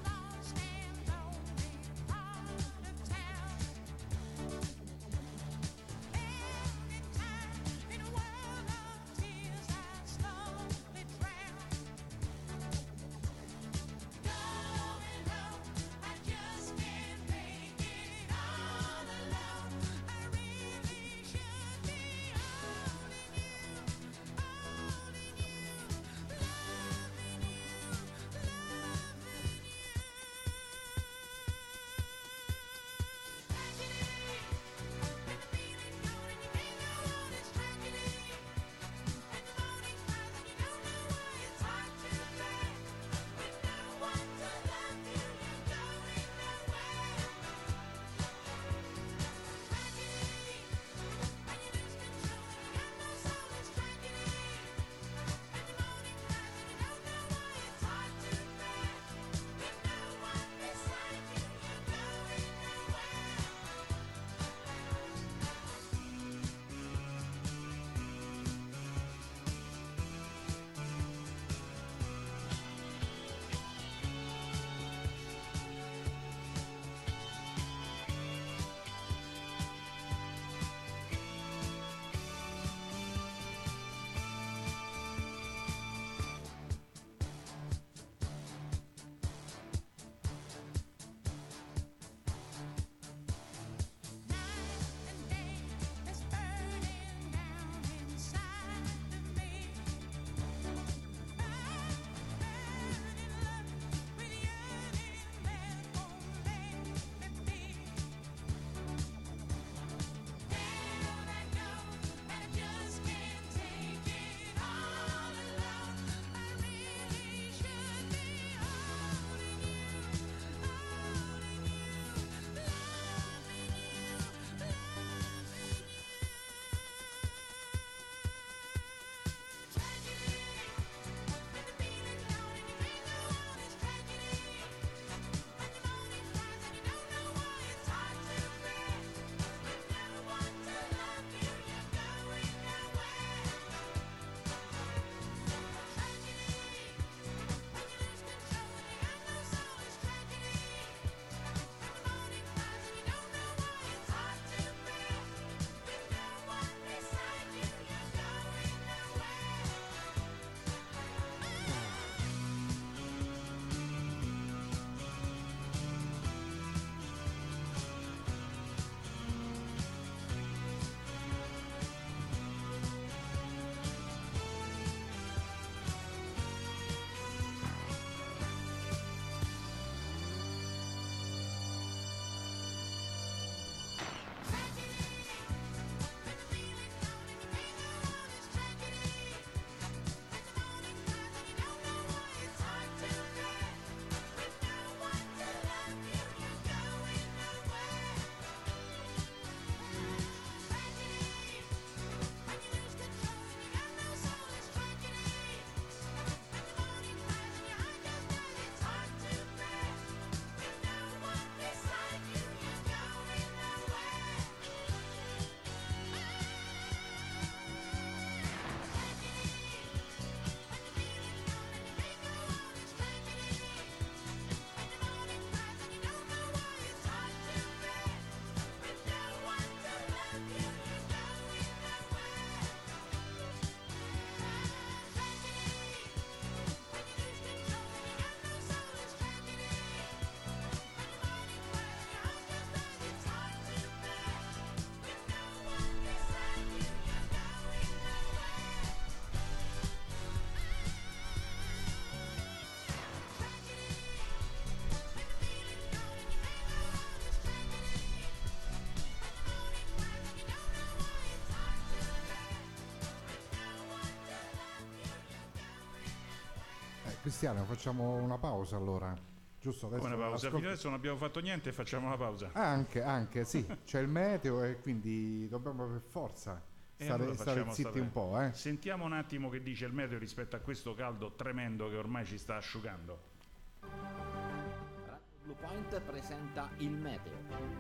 Cristiano, facciamo una pausa allora. Giusto adesso.
Come una pausa? Fino adesso non abbiamo fatto niente e facciamo una pausa.
Anche, sì. C'è il meteo e quindi dobbiamo per forza stare zitti un po'.
Sentiamo un attimo che dice il meteo rispetto a questo caldo tremendo che ormai ci sta asciugando.
Radio Blue Point presenta il meteo.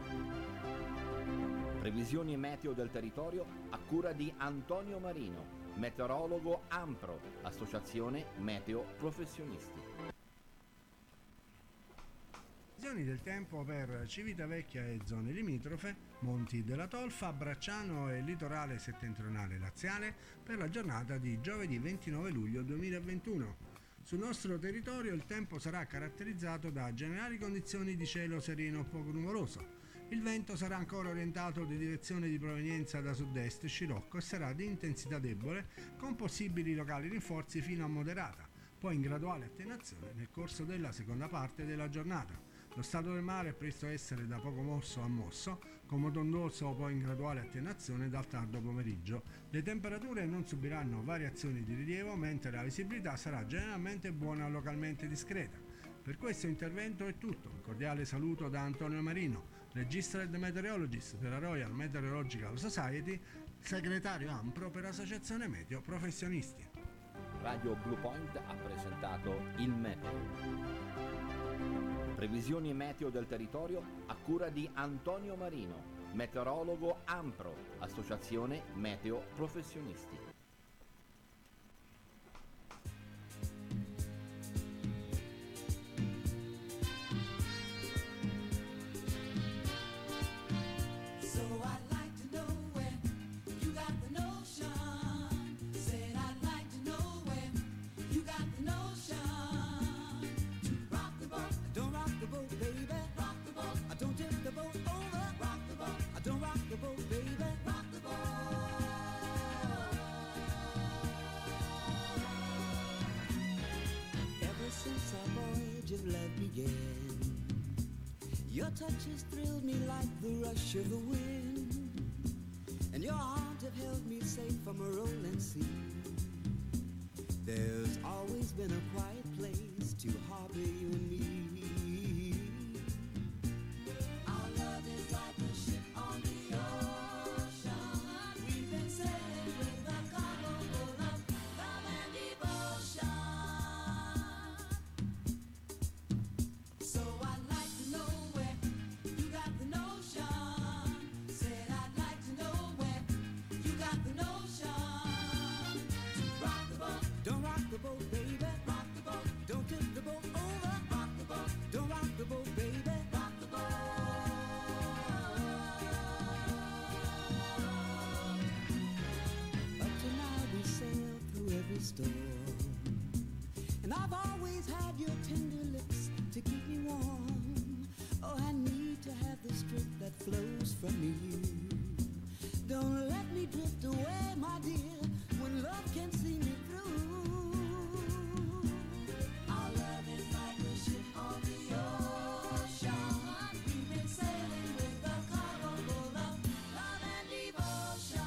Previsioni meteo del territorio a cura di Antonio Marino, meteorologo Ampro, associazione meteo professionisti.
Previsioni del tempo per Civitavecchia e zone limitrofe, Monti della Tolfa, Bracciano e litorale settentrionale laziale per la giornata di giovedì 29 luglio 2021. Sul nostro territorio il tempo sarà caratterizzato da generali condizioni di cielo sereno o poco nuvoloso. Il vento sarà ancora orientato di direzione di provenienza da sud-est scirocco e sarà di intensità debole con possibili locali rinforzi fino a moderata, poi in graduale attenuazione nel corso della seconda parte della giornata. Lo stato del mare è previsto essere da poco mosso a mosso, con moto ondoso poi in graduale attenuazione dal tardo pomeriggio. Le temperature non subiranno variazioni di rilievo, mentre la visibilità sarà generalmente buona o localmente discreta. Per questo intervento è tutto. Un cordiale saluto da Antonio Marino, Registered Meteorologist della Royal Meteorological Society, segretario Ampro per Associazione Meteo Professionisti.
Radio Blue Point ha presentato il meteo. Previsioni meteo del territorio a cura di Antonio Marino, meteorologo Ampro, associazione meteo professionisti.
Your touch has thrilled me like the rush of the wind, and your arms have held me safe from a rolling sea. There's always been a quiet place to harbor you and me. Our love is like a ship on the ocean. We've been sailing with a cargo full of love and devotion. So I'd like to know where you got the notion. Said I'd like to know where you got the notion. To rock the boat, don't rock the boat, baby. Rock the boat, don't tip the boat over. Rock the boat, don't rock the boat, baby. Rock the boat. Up to now we sail through every storm, and I've always had your tender lips to keep me warm. Oh, I need to have the strength that flows from you. Don't let me drift away, my dear, when love can see me through. Our love is like a ship on the ocean. We've been sailing with a cargo full of love and devotion.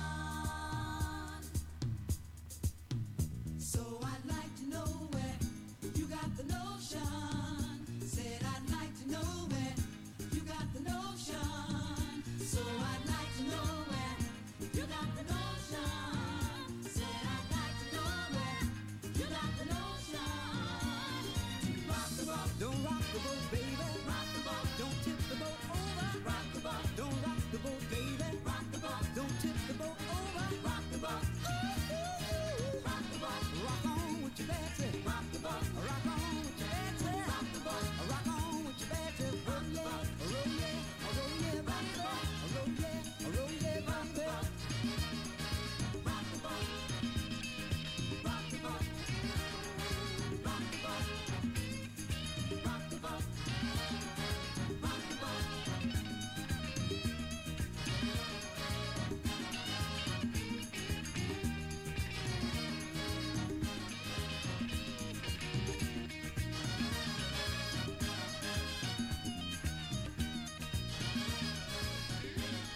So I'd like to know where you got the notion. Said I'd like to know where you got the notion. So I'd like to know where you got the notion. Said I'd like to know where you got the notion. Rock the boat, don't rock the boat, baby. Rock the boat, don't tip the boat over. Rock the boat, don't rock the boat, baby. Rock the boat, don't tip the boat over. Rock the boat, rock the boat, rock on with your Betsy. Rock the boat, rock on with your Betsy. Rock the boat, rock on with your Betsy. Roll yeah, roll yeah, roll yeah, rock the boat, roll yeah, roll yeah, rock the boat. Rock the boat, rock the boat, rock the boat, rock the boat, rock the boat.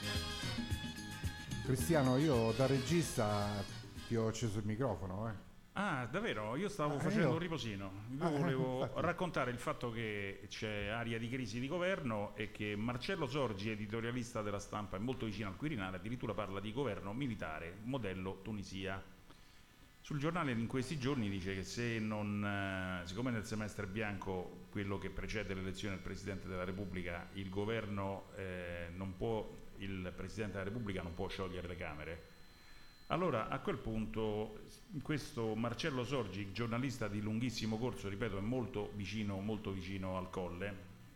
Cristiano, io da regista ti ho acceso il microfono,
Ah, davvero? Io stavo facendo
io-
un riposino. Io volevo
infatti.
raccontare il fatto che c'è aria di crisi di governo e che Marcello Sorgi, editorialista della Stampa e molto vicino al Quirinale, addirittura parla di governo militare modello Tunisia. Sul giornale in questi giorni dice che siccome nel semestre bianco, quello che precede l'elezione del Presidente della Repubblica, il governo il Presidente della Repubblica non può sciogliere le Camere, allora a quel punto questo Marcello Sorgi, giornalista di lunghissimo corso, ripeto, è molto vicino al Colle,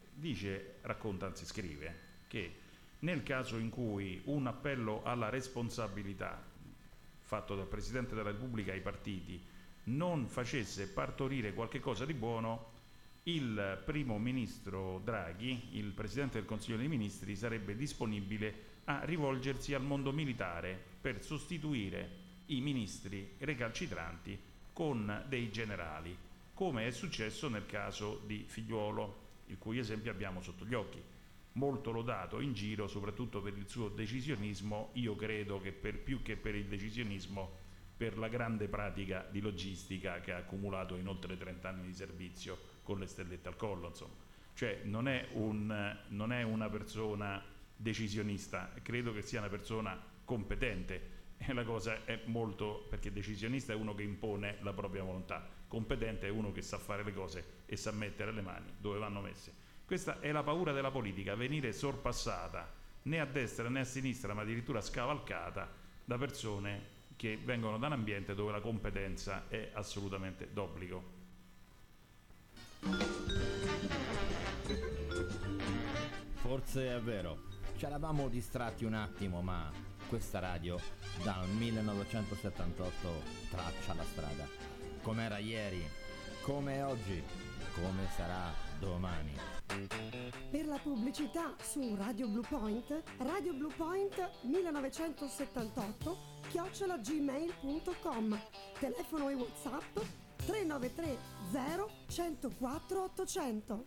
scrive che nel caso in cui un appello alla responsabilità fatto dal Presidente della Repubblica ai partiti non facesse partorire qualche cosa di buono, il primo ministro Draghi, il Presidente del Consiglio dei Ministri, sarebbe disponibile a rivolgersi al mondo militare per sostituire i ministri recalcitranti con dei generali, come è successo nel caso di Figliuolo, il cui esempio abbiamo sotto gli occhi. Molto lodato in giro soprattutto per il suo decisionismo, io credo che più che per il decisionismo, per la grande pratica di logistica che ha accumulato in oltre 30 anni di servizio con le stellette al collo, insomma. Cioè non è una persona decisionista, credo che sia una persona competente, e la cosa è molto, perché decisionista è uno che impone la propria volontà, competente è uno che sa fare le cose e sa mettere le mani dove vanno messe. Questa è la paura della politica, venire sorpassata né a destra né a sinistra, ma addirittura scavalcata da persone che vengono da un ambiente dove la competenza è assolutamente d'obbligo.
Forse è vero, ci eravamo distratti un attimo, ma questa radio dal 1978 traccia la strada. Com'era ieri, come è oggi, come sarà domani.
Per la pubblicità su Radio Blue Point, Radio Blue Point 1978 @gmail.com, telefono e WhatsApp 393 0 104 800.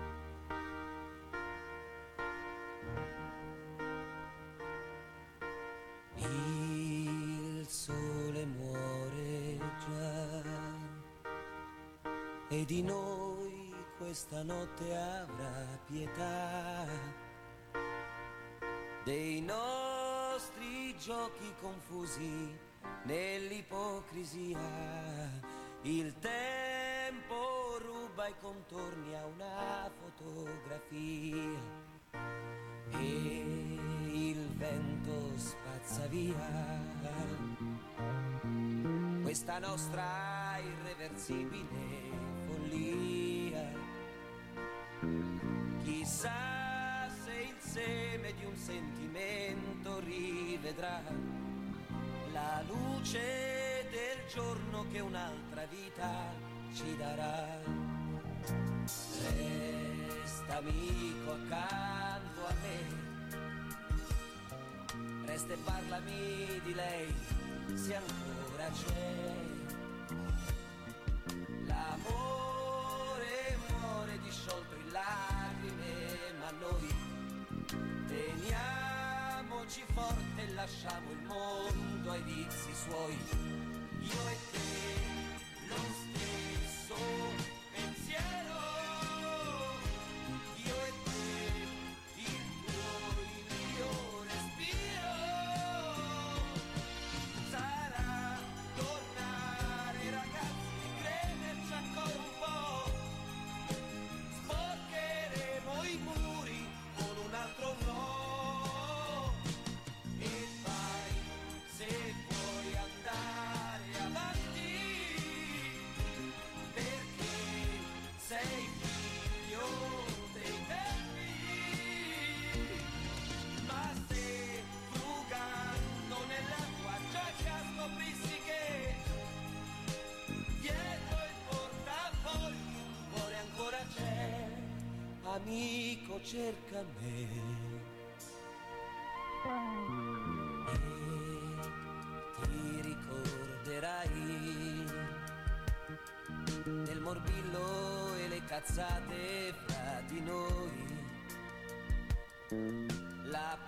Il sole muore già e di noi questa notte avrà pietà, dei nostri giochi confusi nell'ipocrisia. Il tempo ruba i contorni a una fotografia e il vento spazza via questa nostra irreversibile follia. Chissà se il seme di un sentimento rivedrà la luce del giorno che un'altra vita ci darà. Resta amico accanto a me, resta e parlami di lei se ancora c'è. L'amore muore disciolto in lacrime, ma noi teniamoci forte e lasciamo il mondo ai vizi suoi. Io e te lo stesso pensiero, io e te il tuo, il mio respiro. Sarà tornare ragazzi e crederci ancora un po', sporcheremo i muri con un altro no. E vai se vuoi andare avanti, perché sei figlio dei tempi. Ma se frugando nella tua giacca scoprissi che dietro il portafoglio un cuore ancora c'è, amico cerca me. Ti ricorderai del morbillo e le cazzate fra di noi, la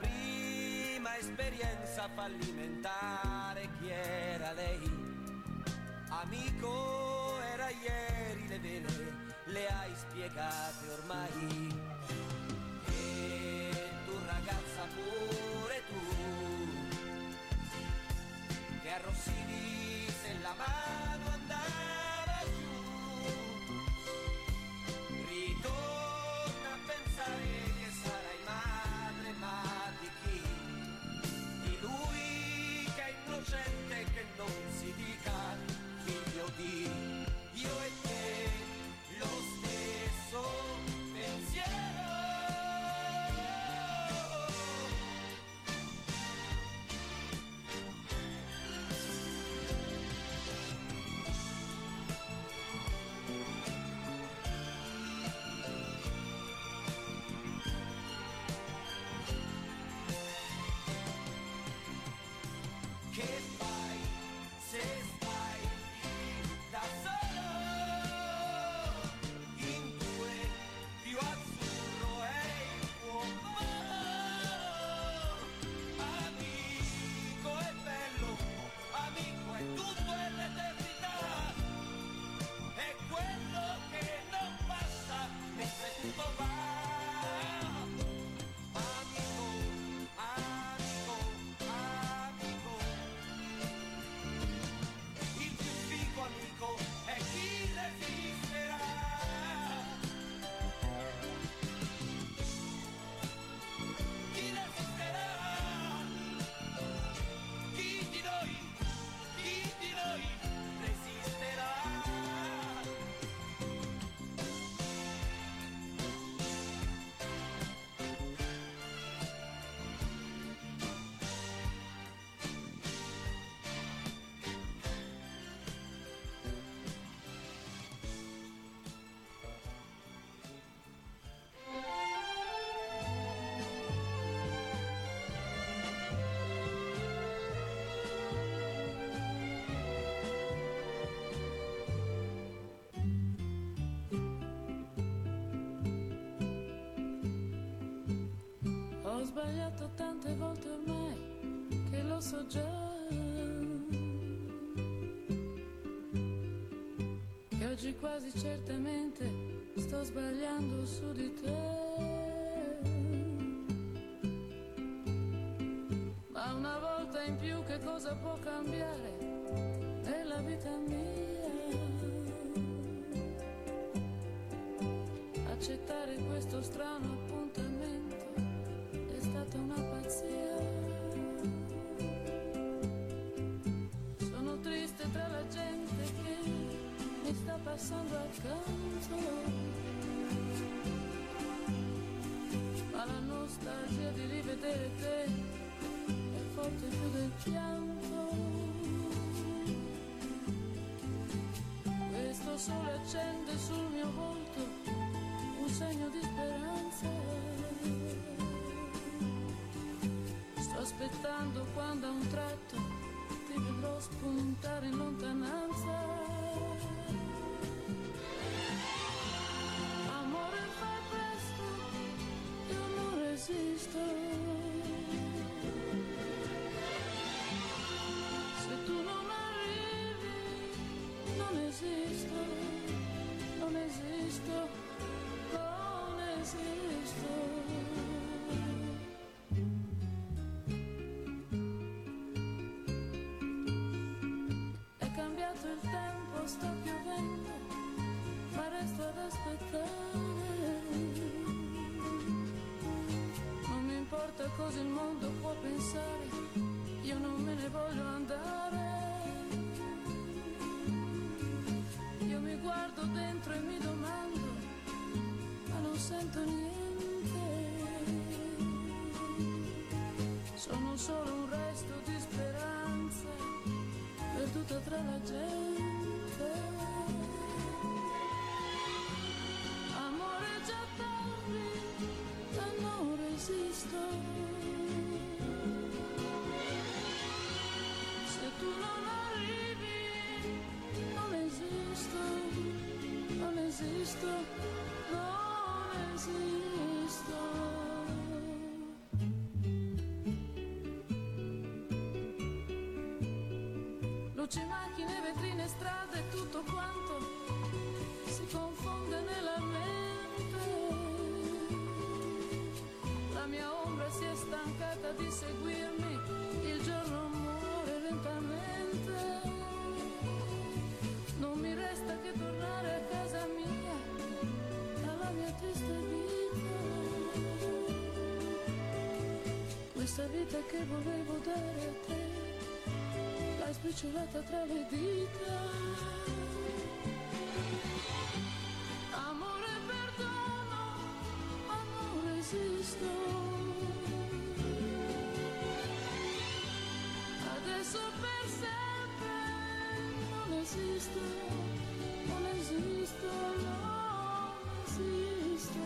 prima esperienza fallimentare. Chi era lei?
Amico, era ieri, le vele le hai spiegate ormai. E tu ragazza pure tu, che arrossivi se la mano andava giù. Ritorna a pensare che sarai madre, ma di chi? Di lui che è innocente, che non si dica figlio di. Io e te lo stesso pensiero. Che fai se stai da solo? In due più azzurro è il tuo mare. Amico è bello, amico è tutto e l'eternità. È quello che non passa mentre tutto va. Amico, amico, amico. Il più figo amico è chi resisterà. Chi resisterà? Chi di noi resisterà?
Ho sbagliato tante volte ormai che lo so già, che oggi quasi certamente sto sbagliando su di te. Ma una volta in più che cosa può cambiare nella vita mia? Accettare questo strano appuntamento è stata una pazzia. Sono triste tra la gente che mi sta passando accanto, ma la nostalgia di rivedere te è forte più del pianto. Questo sole accende sul mio volto un segno di speranza. Sto aspettando quando a un tratto ti vedrò spuntare in lontananza. Amore, fai presto, io non resisto. Se tu non arrivi, non esisto, non esisto, non esisto. Il tempo sta piovendo, ma resto ad aspettare. Non mi importa cosa il mondo può pensare, io non me ne voglio andare. Io mi guardo dentro e mi domando, ma non sento niente. Sono solo un resto di speranza perduta tra la gente. Amore, già tardi, ma non resisto. Se tu non arrivi, non esisto, non esisto, non esisto. luci, macchine, vetrine, strade, tutto quanto si confonde nella mente. La mia ombra si è stancata di seguirmi, il giorno muore lentamente. Non mi resta che tornare a casa mia, alla mia triste vita. Questa vita che volevo dare a te, l'hai spicciolata tra le dita. Amore, perdono, ma non resisto. Adesso per sempre non esisto, non esisto, non esisto.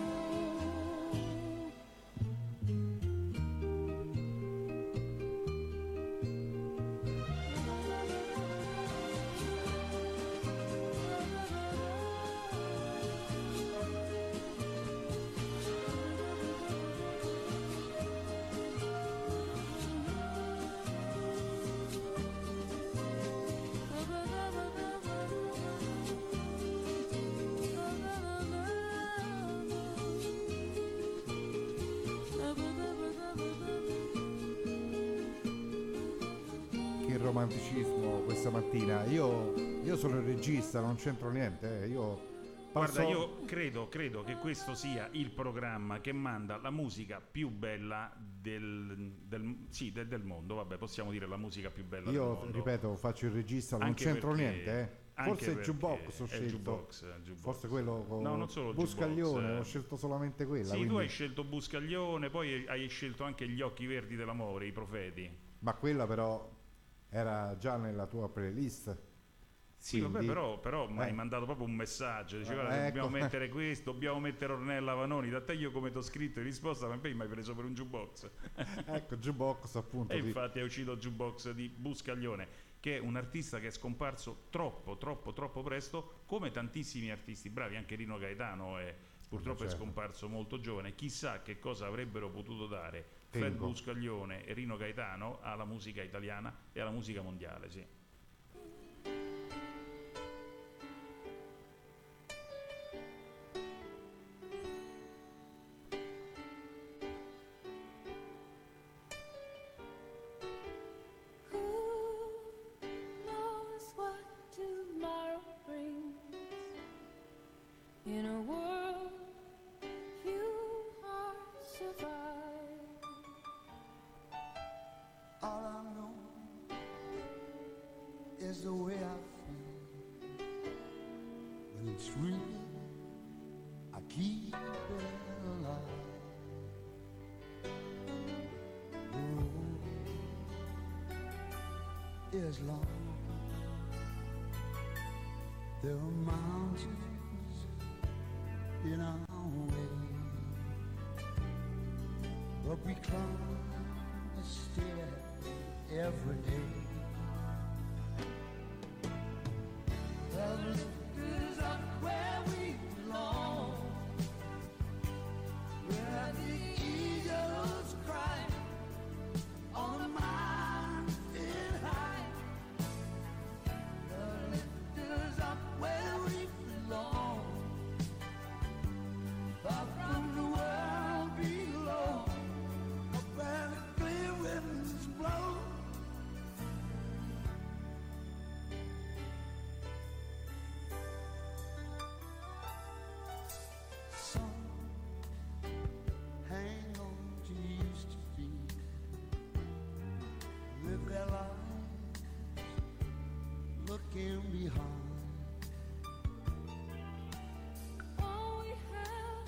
Romanticismo questa mattina. Io sono il regista, non c'entro niente.
Guarda, io credo che questo sia il programma che manda la musica più bella del mondo. Vabbè, possiamo dire la musica più bella del mondo.
Io ripeto, faccio il regista, non
Anche
c'entro
perché-
niente.
anche
Forse il
perché
jukebox ho
è
scelto.
jukebox.
Forse quello con
No, non solo il
Buscaglione,
jukebox.
ho scelto solamente quella.
Sì,
quindi...
tu hai scelto Buscaglione, poi hai scelto anche Gli occhi verdi dell'amore, i profeti.
Ma quella però era già nella tua playlist.
Sì,
quindi...
vabbè, però mi hai mandato proprio un messaggio, diceva
ecco.
dobbiamo mettere questo, dobbiamo mettere Ornella Vanoni, da te io come ti ho scritto in risposta, ma poi mi hai preso per un jukebox.
Ecco, jukebox appunto.
E infatti è uscito il jukebox di Buscaglione, che è un artista che è scomparso troppo presto, come tantissimi artisti bravi, anche Rino Gaetano purtroppo
certo.
è scomparso molto giovane. Chissà che cosa avrebbero potuto dare Fred Buscaglione e Rino Gaetano alla musica italiana e alla musica mondiale, sì.
In a world few hearts survive.
All I know is the way I feel when it's real. I keep it alive. The road is long. There are mountains in our way, but we climb a stair every day. The lift is up where we belong, where the eagles cry on a mountain high. The lift is up where we belong, far from the world below, up where the clear winds blow. Some hang on to used to be, live their lives looking behind.
All we have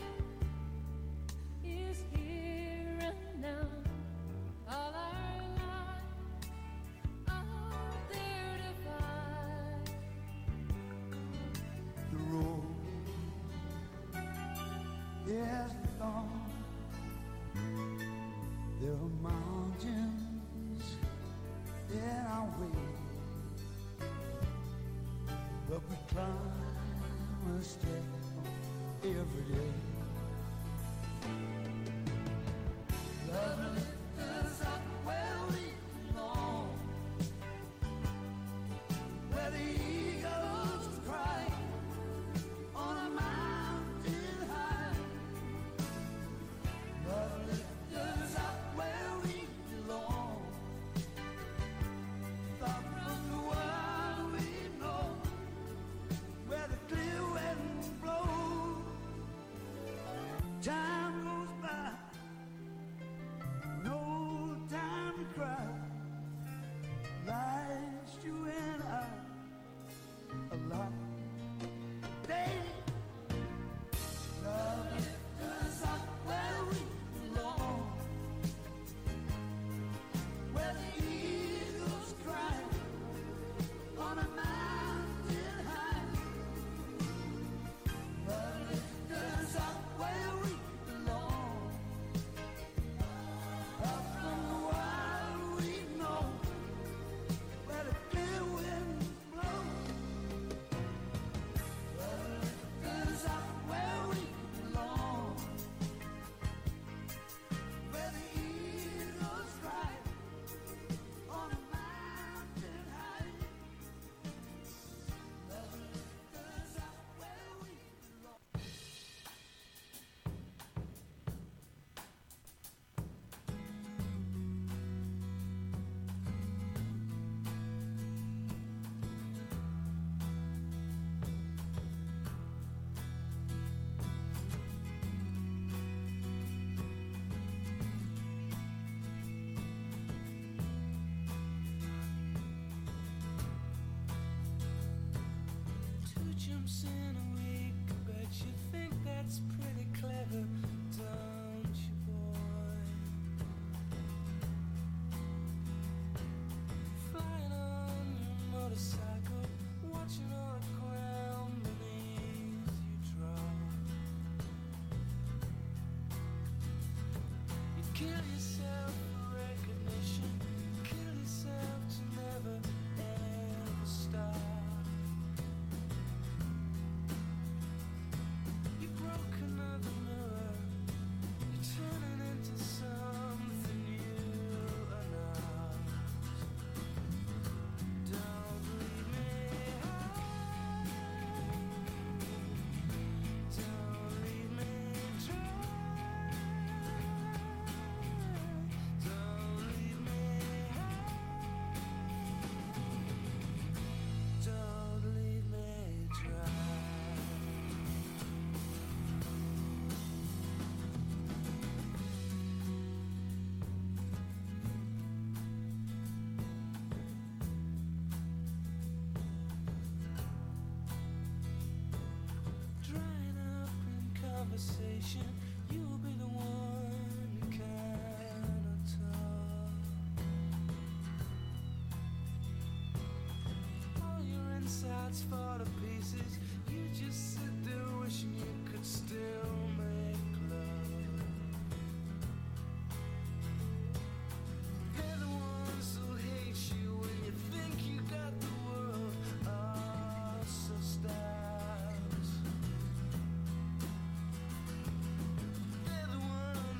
is here and now. All our lives are there to find.
The road is long. There are mountains in our way, but we climb a step every day. Love lifts us up where we belong, Time goes by, no time to cry. Life's you and I a lot. Baby, love lifts us up where we belong, where the eagles cry on a mountain high. Love lifts us up where we belong, up from the wild we know, where the clear winds blow. Love lifts us up where we belong, where the eagles fly on a mountain high. Love lifts us up where we belong.
Two jumps in a week, bet you think that's pretty clever, don't you, boy? Flying on your motorcycle, watching all the ground beneath you drop. You kill yourself for recognition, kill yourself to never ever stop. You broke another mirror, you're turning into something you are not. Don't leave me high, don't leave me dry, don't leave me high, don't leave me dry. Drying up in conversation, you'll be the one who cannot talk. All your insides fall to pieces, you just sit there wishing you could still make love. They're the ones who hate you when you think you got the world all so stacked. They're the ones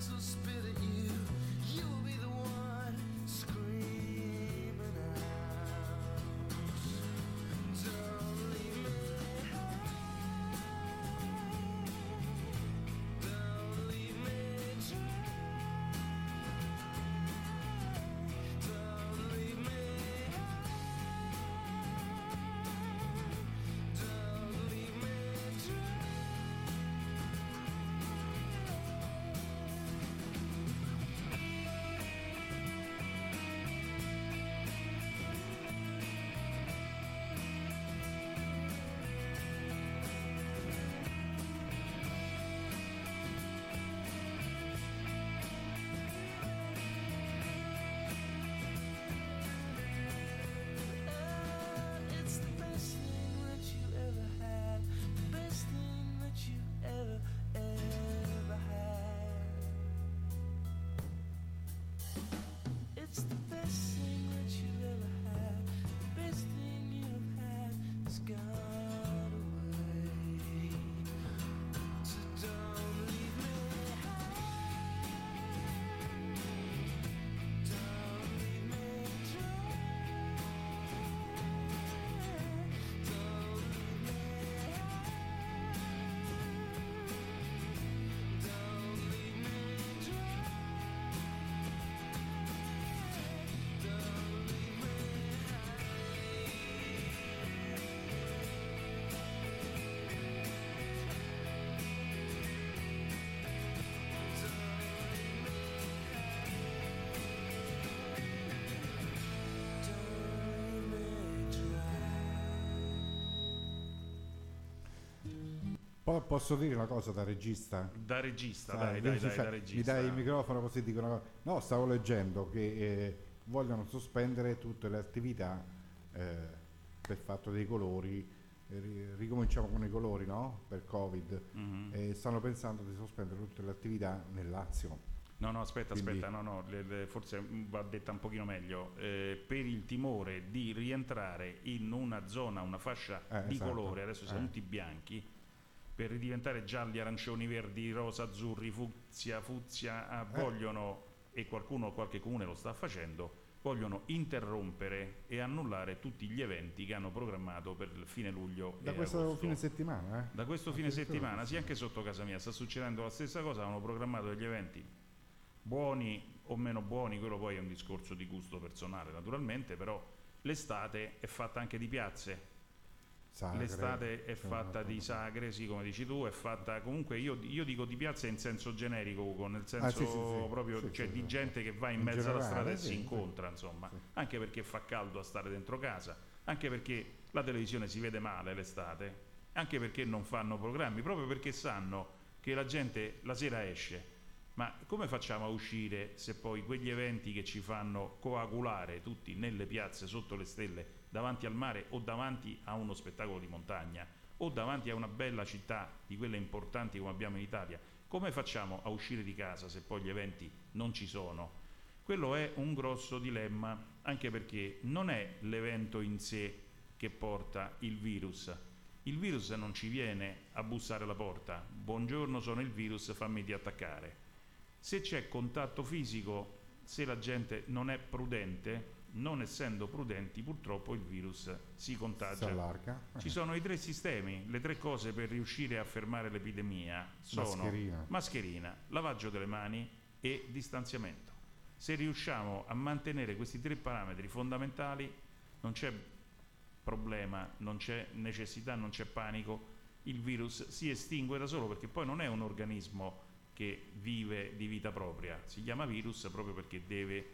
Posso dire una cosa da regista?
Da regista,
Sai,
dai,
cioè,
da regista.
Mi dai il microfono così dico una cosa. No, stavo leggendo che vogliono sospendere tutte le attività per fatto dei colori. Ricominciamo con i colori, no? Per Covid.
Mhm.
Stanno pensando di sospendere tutte le attività nel Lazio.
No, aspetta,
Quindi-
forse va detta un pochino meglio. Per il timore di rientrare in una zona, una fascia di
esatto.
colore, adesso siamo tutti bianchi, per ridiventare gialli, arancioni, verdi, rosa, azzurri, fucsia, vogliono, e qualche comune lo sta facendo, vogliono interrompere e annullare tutti gli eventi che hanno programmato per il fine luglio
Da
e
questo
agosto.
fine settimana,
Da questo fine settimana, sì, anche sotto casa mia sta succedendo la stessa cosa, hanno programmato degli eventi buoni o meno buoni, quello poi è un discorso di gusto personale naturalmente, però l'estate è fatta anche di piazze.
Sagre,
L'estate è
cioè,
fatta di sagre, sì, come dici tu, è fatta comunque, io dico di piazze in senso generico, Ugo, nel senso
sì,
proprio,
sì,
cioè
sì,
di
sì.
gente che va in
In
mezzo alla
generale,
strada e
sì,
si
sì.
incontra, insomma, anche perché fa caldo a stare dentro casa, anche perché la televisione si vede male l'estate, anche perché non fanno programmi, proprio perché sanno che la gente la sera esce. Ma come facciamo a uscire se poi quegli eventi che ci fanno coagulare tutti nelle piazze sotto le stelle, davanti al mare o davanti a uno spettacolo di montagna o davanti a una bella città di quelle importanti come abbiamo in Italia, come facciamo a uscire di casa se poi gli eventi non ci sono? Quello è un grosso dilemma, anche perché non è l'evento in sé che porta il virus. Il virus non ci viene a bussare alla porta, buongiorno, sono il virus, fammi di attaccare. Se c'è contatto fisico, se la gente non è prudente, non essendo prudenti, purtroppo il virus si contagia.
Si allarga.
Ci sono i tre sistemi, le tre cose per riuscire a fermare l'epidemia sono mascherina, lavaggio delle mani e distanziamento. Se riusciamo a mantenere questi tre parametri fondamentali, non c'è problema, non c'è necessità, non c'è panico, il virus si estingue da solo, perché poi non è un organismo che vive di vita propria, si chiama virus proprio perché deve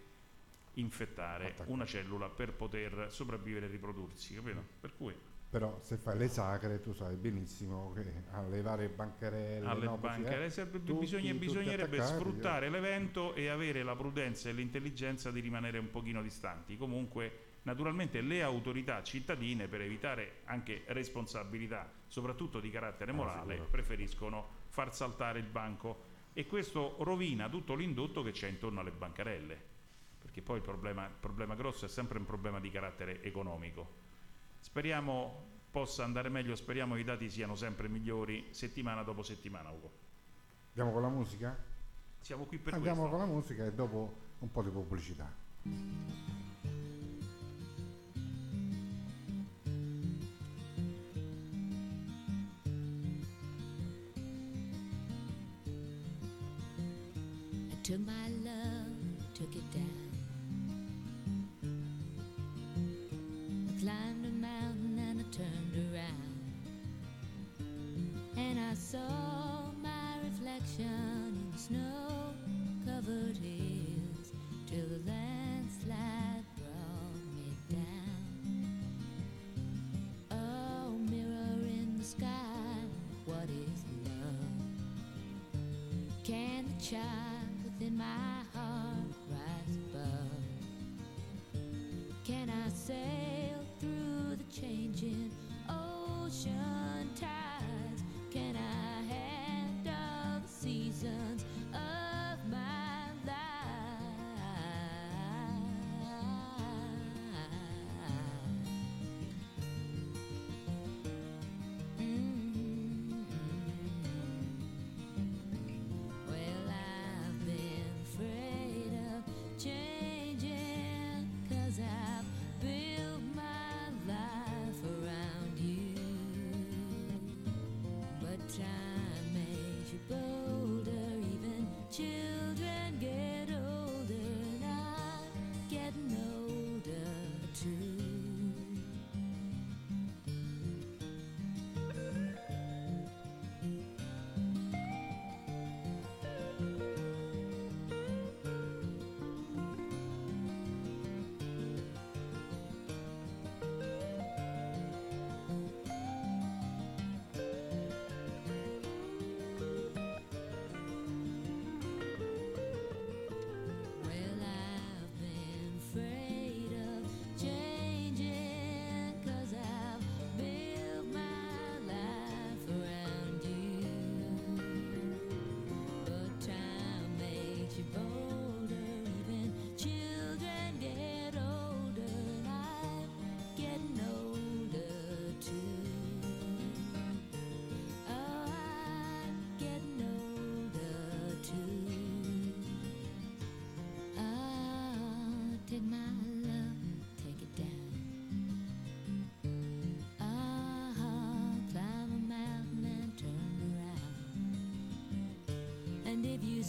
infettare una cellula per poter sopravvivere e riprodursi, capito? Per cui
Però se fai le sagre tu sai benissimo che alle varie bancarelle,
alle
no, così,
banche bisognerebbe sfruttare l'evento e avere la prudenza e l'intelligenza di rimanere un pochino distanti. Comunque naturalmente le autorità cittadine, per evitare anche responsabilità soprattutto di carattere morale, preferiscono far saltare il banco, e questo rovina tutto l'indotto che c'è intorno alle bancarelle, perché poi il problema grosso è sempre un problema di carattere economico. Speriamo possa andare meglio, speriamo che i dati siano sempre migliori settimana dopo settimana, Ugo.
Andiamo con la musica?
Siamo qui per
Andiamo
questo.
con la musica e dopo un po' di pubblicità.
I took my love, took it down. I climbed a mountain and I turned around, and I saw my reflection in snow-covered hills till the landslide brought me down. Oh, mirror in the sky, what is love? Can the child within my heart rise above? Can I sail through the changing ocean tides? Can I handle the seasons of my Well, I've been afraid of changing, 'cause I've built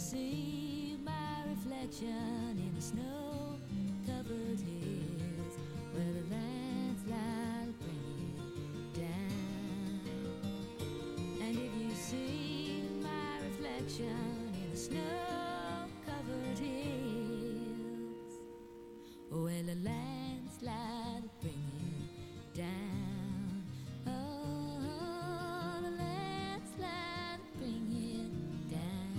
see my reflection in the snow-covered hills where the landslide bring it down, and if you see my reflection in the snow-covered hills where the landslide bring it down, oh, the landslide bring it down.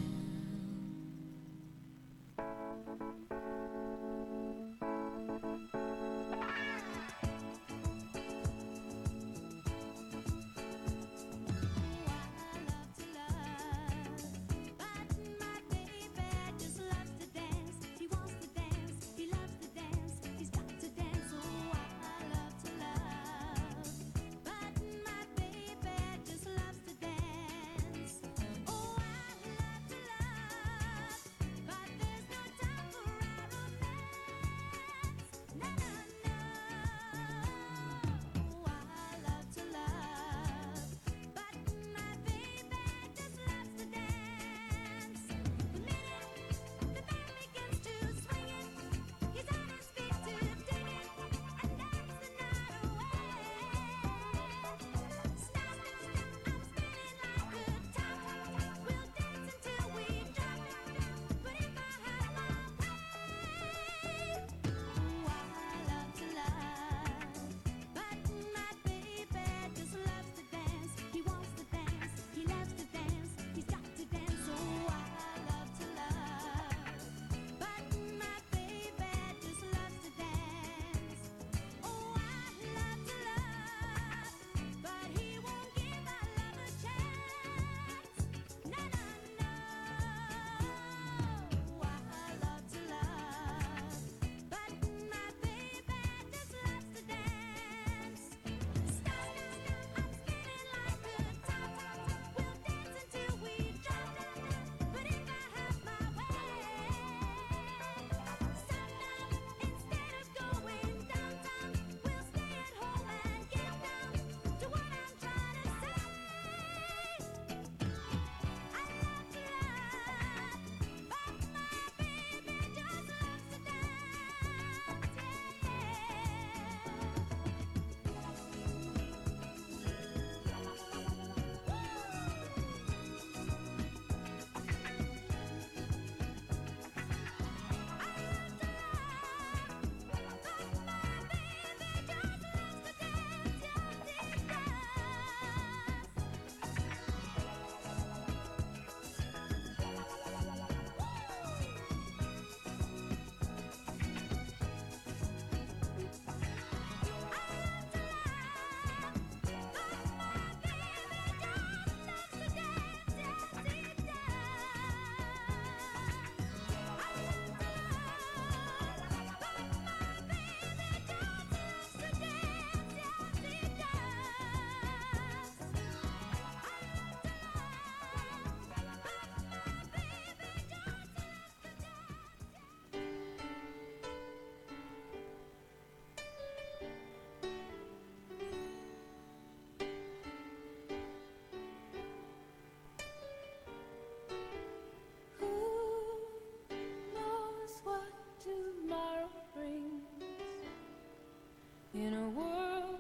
In a world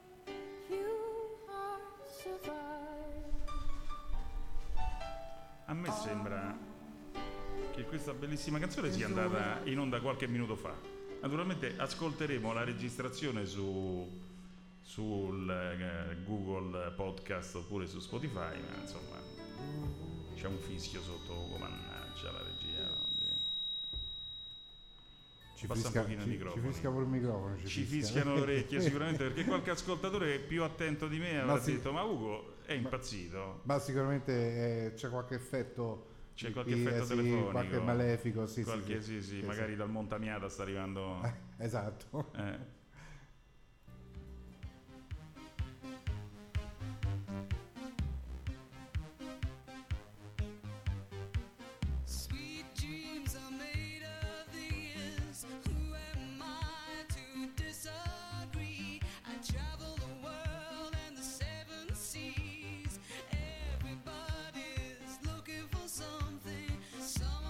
few hearts survive.
A me sembra che questa bellissima canzone sia andata in onda qualche minuto fa. Naturalmente ascolteremo la registrazione sul Google Podcast oppure su Spotify, ma insomma c'è un fischio sotto, mannaggia la regia.
Ci
Passa
fisca,
un pochino il
ci
microfono.
fischia pure il microfono.
Ci fischiano le orecchie sicuramente, perché qualche ascoltatore più attento di me avrà detto ma Ugo è impazzito.
Ma sicuramente c'è qualche effetto.
C'è qualche effetto telefonico,
qualche malefico, sì,
magari dal Montamiata sta arrivando.
Esatto.
Sweet dreams are made of this. Who am I to disagree? I travel the world and the seven seas. Everybody's looking for something.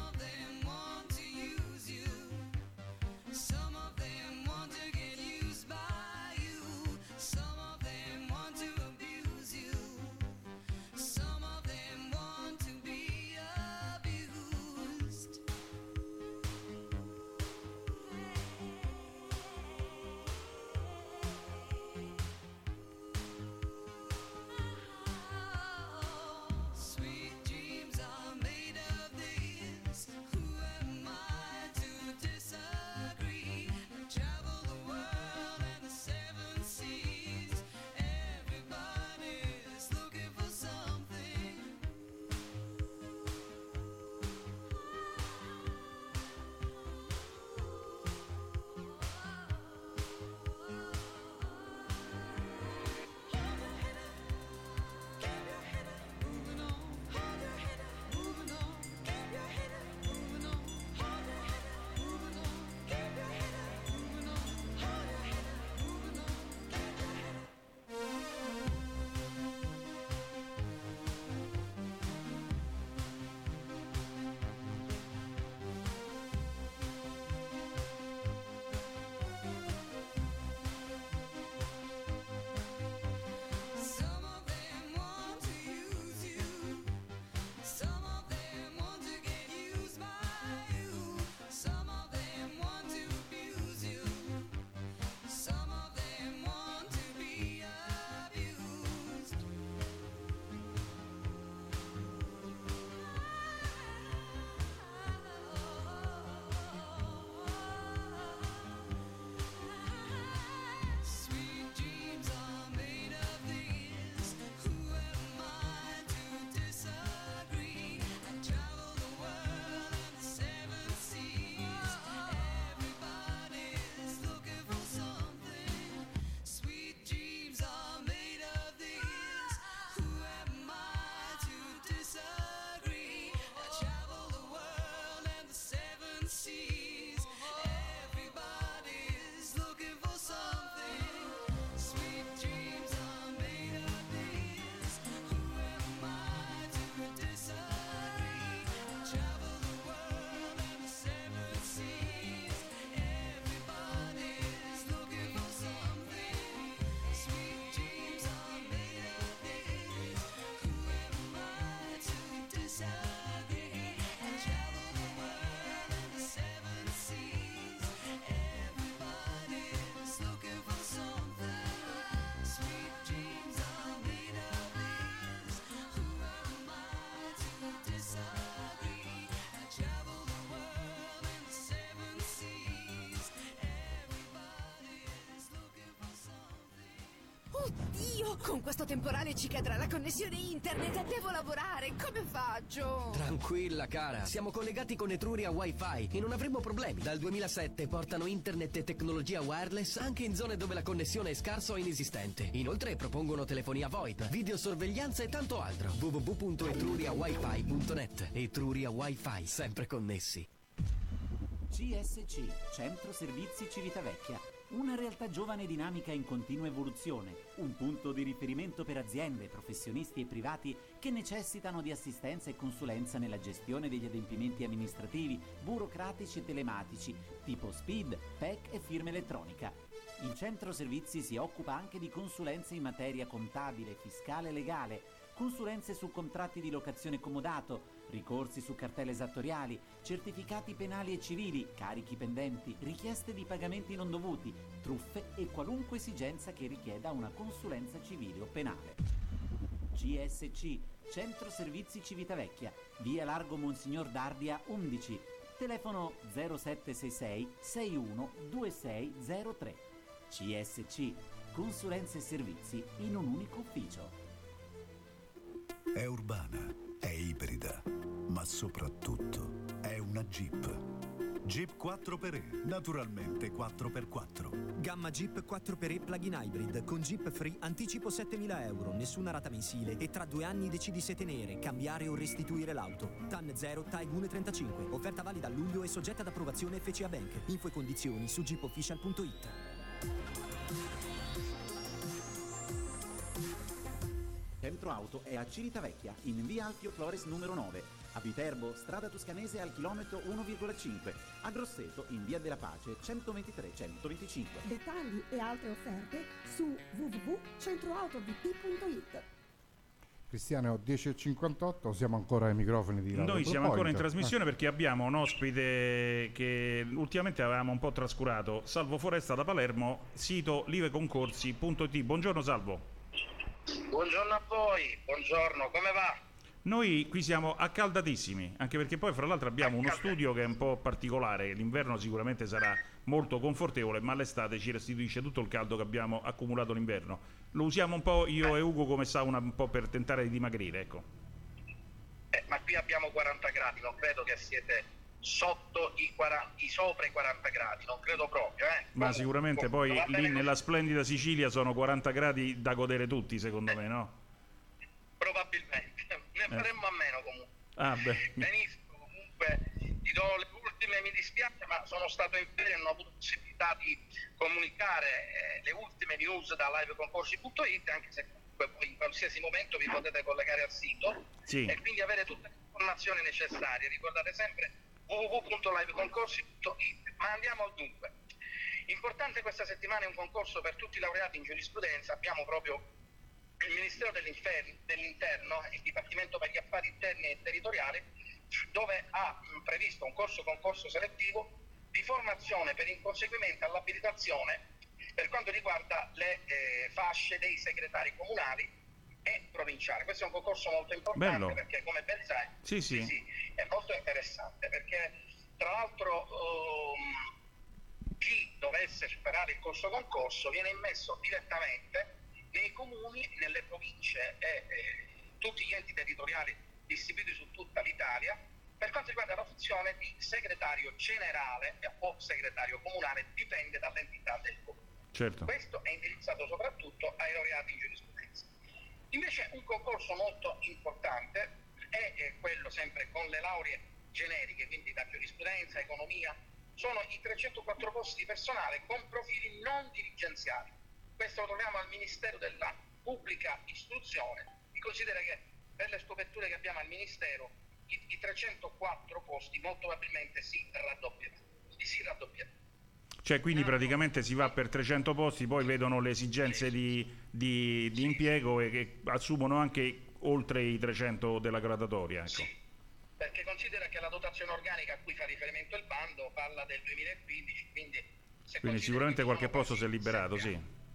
Oddio, con questo temporale ci cadrà la connessione internet e devo lavorare. Come faccio?
Tranquilla, cara. Siamo collegati con Etruria Wi-Fi e non avremo problemi. Dal 2007 portano internet e tecnologia wireless anche in zone dove la connessione è scarsa o inesistente. Inoltre propongono telefonia VoIP, videosorveglianza e tanto altro. www.etruriawifi.net. Etruria Wi-Fi, sempre connessi.
CSC, Centro Servizi Civitavecchia. Una realtà giovane e dinamica in continua evoluzione, un punto di riferimento per aziende, professionisti e privati che necessitano di assistenza e consulenza nella gestione degli adempimenti amministrativi, burocratici e telematici, tipo SPID, PEC e firma elettronica. Il Centro Servizi si occupa anche di consulenze in materia contabile, fiscale e legale, consulenze su contratti di locazione comodato, ricorsi su cartelle esattoriali, certificati penali e civili, carichi pendenti, richieste di pagamenti non dovuti, truffe e qualunque esigenza che richieda una consulenza civile o penale. CSC, Centro Servizi Civitavecchia, via Largo Monsignor Dardia 11, telefono 0766 61 2603. CSC, consulenze e servizi in un unico ufficio.
È urbana, è ibrida, ma soprattutto è una Jeep. Jeep 4xe, naturalmente 4x4.
Gamma Jeep 4xe plug-in hybrid con Jeep Free, anticipo 7.000 euro, nessuna rata mensile e tra 2 anni decidi se tenere, cambiare o restituire l'auto. TAN 0, TAG 1.35, offerta valida a luglio e soggetta ad approvazione FCA Bank. Info e condizioni su jeepofficial.it.
Centro Auto è a Civitavecchia, in via Alfio Flores numero 9, a Viterbo, strada Toscanese al chilometro 1,5, a Grosseto, in via della Pace 123-125.
Dettagli e altre offerte su www.centroautovp.it.
Cristiano, 10:58, siamo ancora ai microfoni di Radio
Noi siamo
Blue
ancora in
Point.
trasmissione perché abbiamo un ospite che ultimamente avevamo un po' trascurato, Salvo Foresta da Palermo, sito liveconcorsi.it. Buongiorno Salvo.
Buongiorno a voi, buongiorno, come va?
Noi qui siamo accaldatissimi, anche perché poi fra l'altro abbiamo uno studio che è un po' particolare, l'inverno sicuramente sarà molto confortevole, ma l'estate ci restituisce tutto il caldo che abbiamo accumulato l'inverno. Lo usiamo un po' io e Ugo come sauna un po' per tentare di dimagrire, ecco.
Ma qui abbiamo 40 gradi, non credo che siete sotto i sopra i 40 gradi, non credo proprio,
Ma sicuramente poi lì nella splendida Sicilia sono 40 gradi da godere tutti, secondo me, no?
Probabilmente, ne faremmo a meno comunque. Benissimo, comunque ti do le ultime, mi dispiace, ma sono stato in ferie e non ho avuto possibilità di comunicare le ultime news da liveconcorsi.it, anche se comunque poi in qualsiasi momento vi potete collegare al sito e quindi avere tutte le informazioni necessarie. Ricordate sempre www.liveconcorsi.it. Ma andiamo al dunque. Importante questa settimana è un concorso per tutti i laureati in giurisprudenza. Abbiamo proprio il Ministero dell'Interno, il Dipartimento per gli Affari Interni e Territoriali, dove ha previsto un concorso selettivo di formazione per il conseguimento all'abilitazione per quanto riguarda le fasce dei segretari comunali e provinciali. Questo è un concorso molto importante perché, come ben sai, è molto interessante perché tra l'altro chi dovesse superare il corso concorso viene immesso direttamente nei comuni, nelle province e tutti gli enti territoriali distribuiti su tutta l'Italia per quanto riguarda la funzione di segretario generale o segretario comunale, dipende dall'entità del comune.
Certo.
Questo è indirizzato soprattutto ai laureati in giurisprudenza. Invece un concorso molto importante è quello sempre con le lauree generiche, quindi da giurisprudenza, economia, sono i 304 posti di personale con profili non dirigenziali. Questo lo troviamo al Ministero della Pubblica Istruzione. Si considera che per le scoperture che abbiamo al Ministero i 304 posti molto probabilmente si raddopperanno.
Cioè quindi praticamente si va per 300 posti, poi vedono le esigenze di impiego e che assumono anche oltre i 300 della graduatoria, ecco.
Perché considera che la dotazione organica a cui fa riferimento il bando parla del 2015, quindi
sicuramente qualche posto si è liberato,
sì,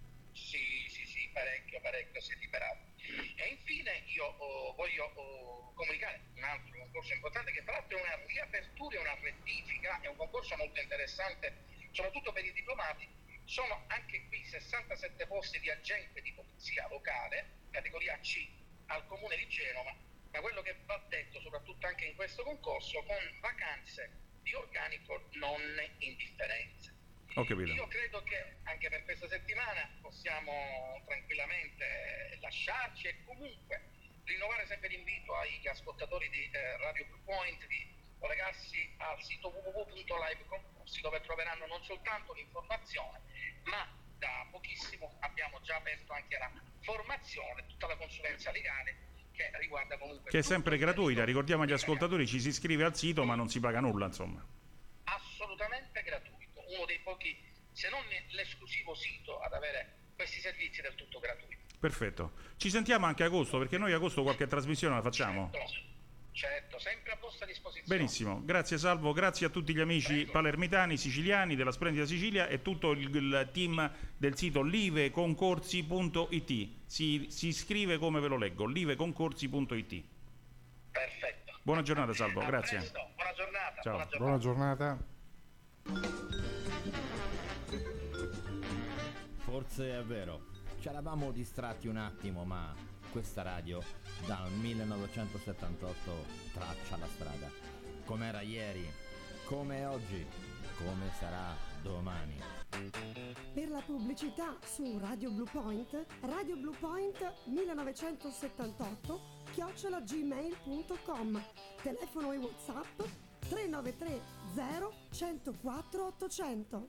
parecchio si è liberato. E infine io voglio comunicare un altro concorso importante che tra l'altro è una riapertura e una rettifica, è un concorso molto interessante soprattutto per i diplomati, Sono anche qui 67 posti di agente di polizia locale, categoria C, al comune di Genova, ma quello che va detto soprattutto anche in questo concorso, con vacanze di organico non indifferenti.
Ho capito.
Io credo che anche per questa settimana possiamo tranquillamente lasciarci e comunque rinnovare sempre l'invito agli ascoltatori di Radio Blue Point di collegarsi al sito www.liveconcorsi, dove troveranno non soltanto l'informazione, ma da pochissimo abbiamo già aperto anche la formazione, tutta la consulenza legale che riguarda comunque...
Che è sempre gratuita, ricordiamo agli ascoltatori, ci si iscrive al sito ma non si paga nulla, insomma.
Assolutamente gratuito, uno dei pochi, se non l'esclusivo sito ad avere questi servizi del tutto gratuiti.
Perfetto, ci sentiamo anche a agosto, perché noi a agosto qualche trasmissione la facciamo.
Certo, sempre a vostra disposizione.
Benissimo, grazie Salvo, grazie a tutti gli amici palermitani, siciliani, della splendida Sicilia e tutto il team del sito liveconcorsi.it. Si iscrive come ve lo leggo, liveconcorsi.it.
Perfetto.
Buona giornata Salvo, grazie.
Presto. Buona giornata.
Ciao.
Buona giornata.
Buona giornata.
Forse è vero, ci eravamo distratti un attimo, ma questa radio dal 1978 traccia la strada. Com'era ieri, come è oggi, come sarà domani.
Per la pubblicità su Radio Blue Point, Radio Blue Point 1978 @gmail.com, telefono e WhatsApp 393 0 104 800.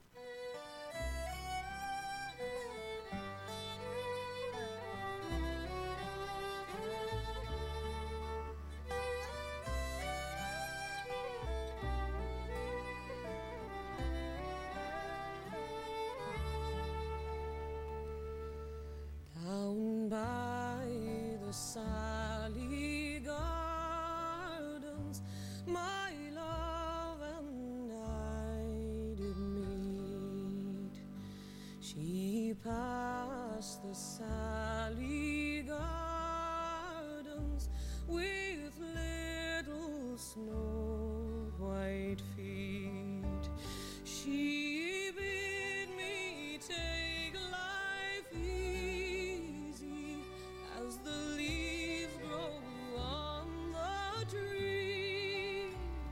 Down by the Sally Gardens, my love and I did meet. She passed the Sally Gardens with little snow white feet. She bid me take life easy as the leaves grow on the tree.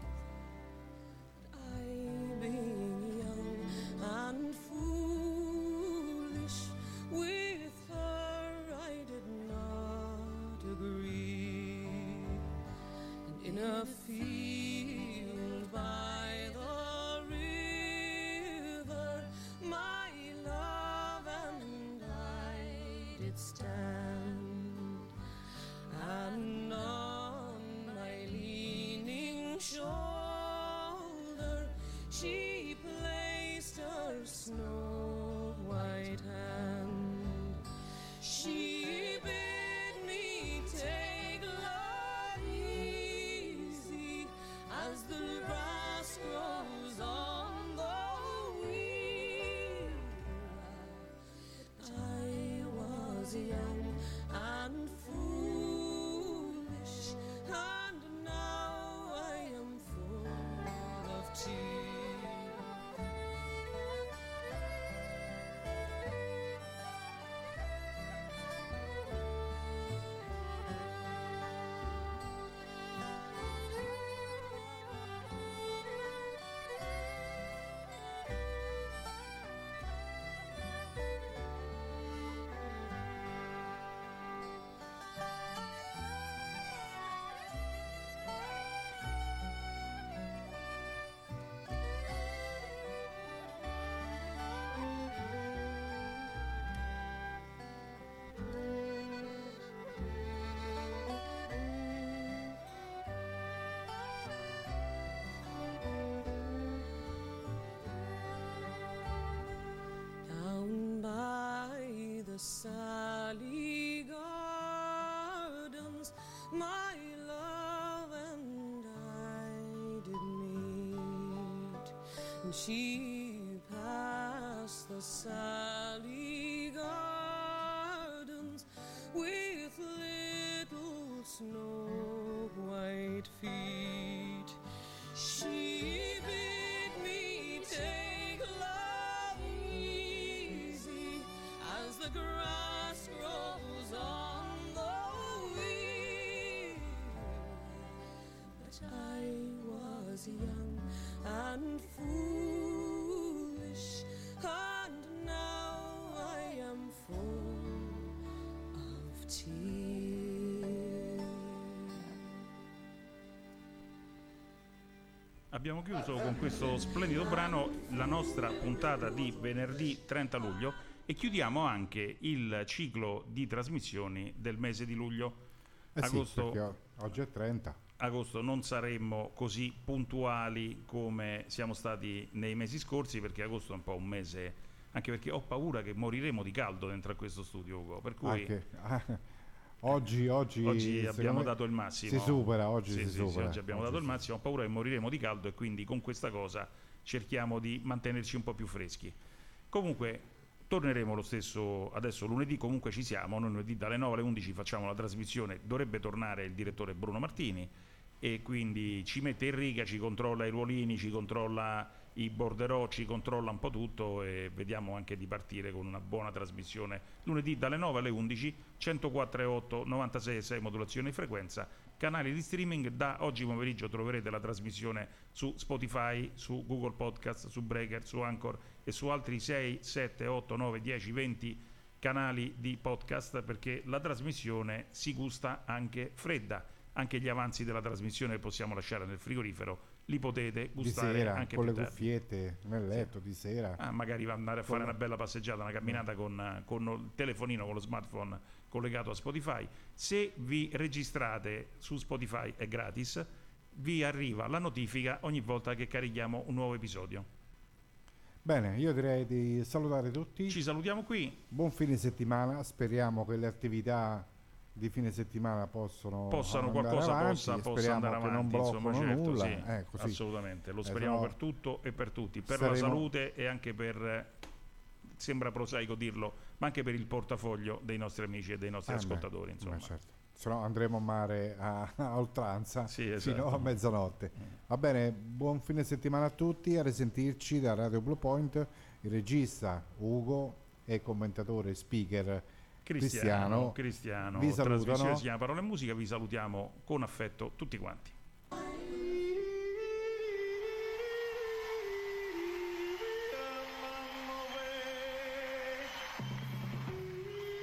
I, being young and foolish, with her I did not agree. And in a field by the river, my love and I did stand, and on my leaning shoulder she placed her snow white hand. She bid me take love easy as the grass grows on the wheel. I was young and foolish, and now I am full of tears. Down by the Sally Gardens, my love and I did meet. And she passed the Sally Gardens with little snow white feet. She bid me take love easy was young and foolish, and now I am full of tears.
Abbiamo chiuso con questo splendido brano la nostra puntata di venerdì 30 luglio e chiudiamo anche il ciclo di trasmissioni del mese di luglio. Agosto,
sì, oggi è 30.
Agosto non saremmo così puntuali come siamo stati nei mesi scorsi, perché agosto è un po' un mese, anche perché ho paura che moriremo di caldo dentro a questo studio, Ugo, per cui
oggi
abbiamo dato il massimo.
Si supera, oggi supera.
Oggi abbiamo dato il massimo, ho paura che moriremo di caldo e quindi con questa cosa cerchiamo di mantenerci un po' più freschi. Comunque torneremo lo stesso adesso lunedì, comunque ci siamo, noi lunedì dalle 9 alle 11 facciamo la trasmissione, dovrebbe tornare il direttore Bruno Martini e quindi ci mette in riga, ci controlla i ruolini, ci controlla i borderò, ci controlla un po' tutto e vediamo anche di partire con una buona trasmissione lunedì dalle 9 alle 11, 104.8, 96.6 modulazione di frequenza, canali di streaming. Da oggi pomeriggio troverete la trasmissione su Spotify, su Google Podcast, su Breaker, su Anchor e su altri 6, 7, 8, 9, 10, 20 canali di podcast, perché la trasmissione si gusta anche fredda. Anche gli avanzi della trasmissione che possiamo lasciare nel frigorifero li potete gustare
di sera,
anche
con
più
le
tardi.
cuffiette nel letto, di sera.
Magari va andare a fare una bella passeggiata, una camminata con il telefonino, con lo smartphone collegato a Spotify. Se vi registrate su Spotify è gratis, vi arriva la notifica ogni volta che carichiamo un nuovo episodio.
Bene, io direi di salutare tutti.
Ci salutiamo qui.
Buon fine settimana, speriamo che le attività di fine settimana possano
qualcosa
avanti,
possa andare avanti,
che non bloccano
insomma, certo,
nulla,
sì,
così.
Assolutamente, lo speriamo per tutto e per tutti, per
saremo...
la salute e anche per, sembra prosaico dirlo, ma anche per il portafoglio dei nostri amici e dei nostri ascoltatori, insomma.
Certo. Se no andremo a mare a oltranza,
sì, esatto,
fino a mezzanotte. Va bene, buon fine settimana a tutti, a risentirci da Radio Blue Point, il regista Ugo e commentatore speaker Cristiano.
Vi
salutano.
Trasmissione si chiama Parole e Musica, vi salutiamo con affetto tutti quanti.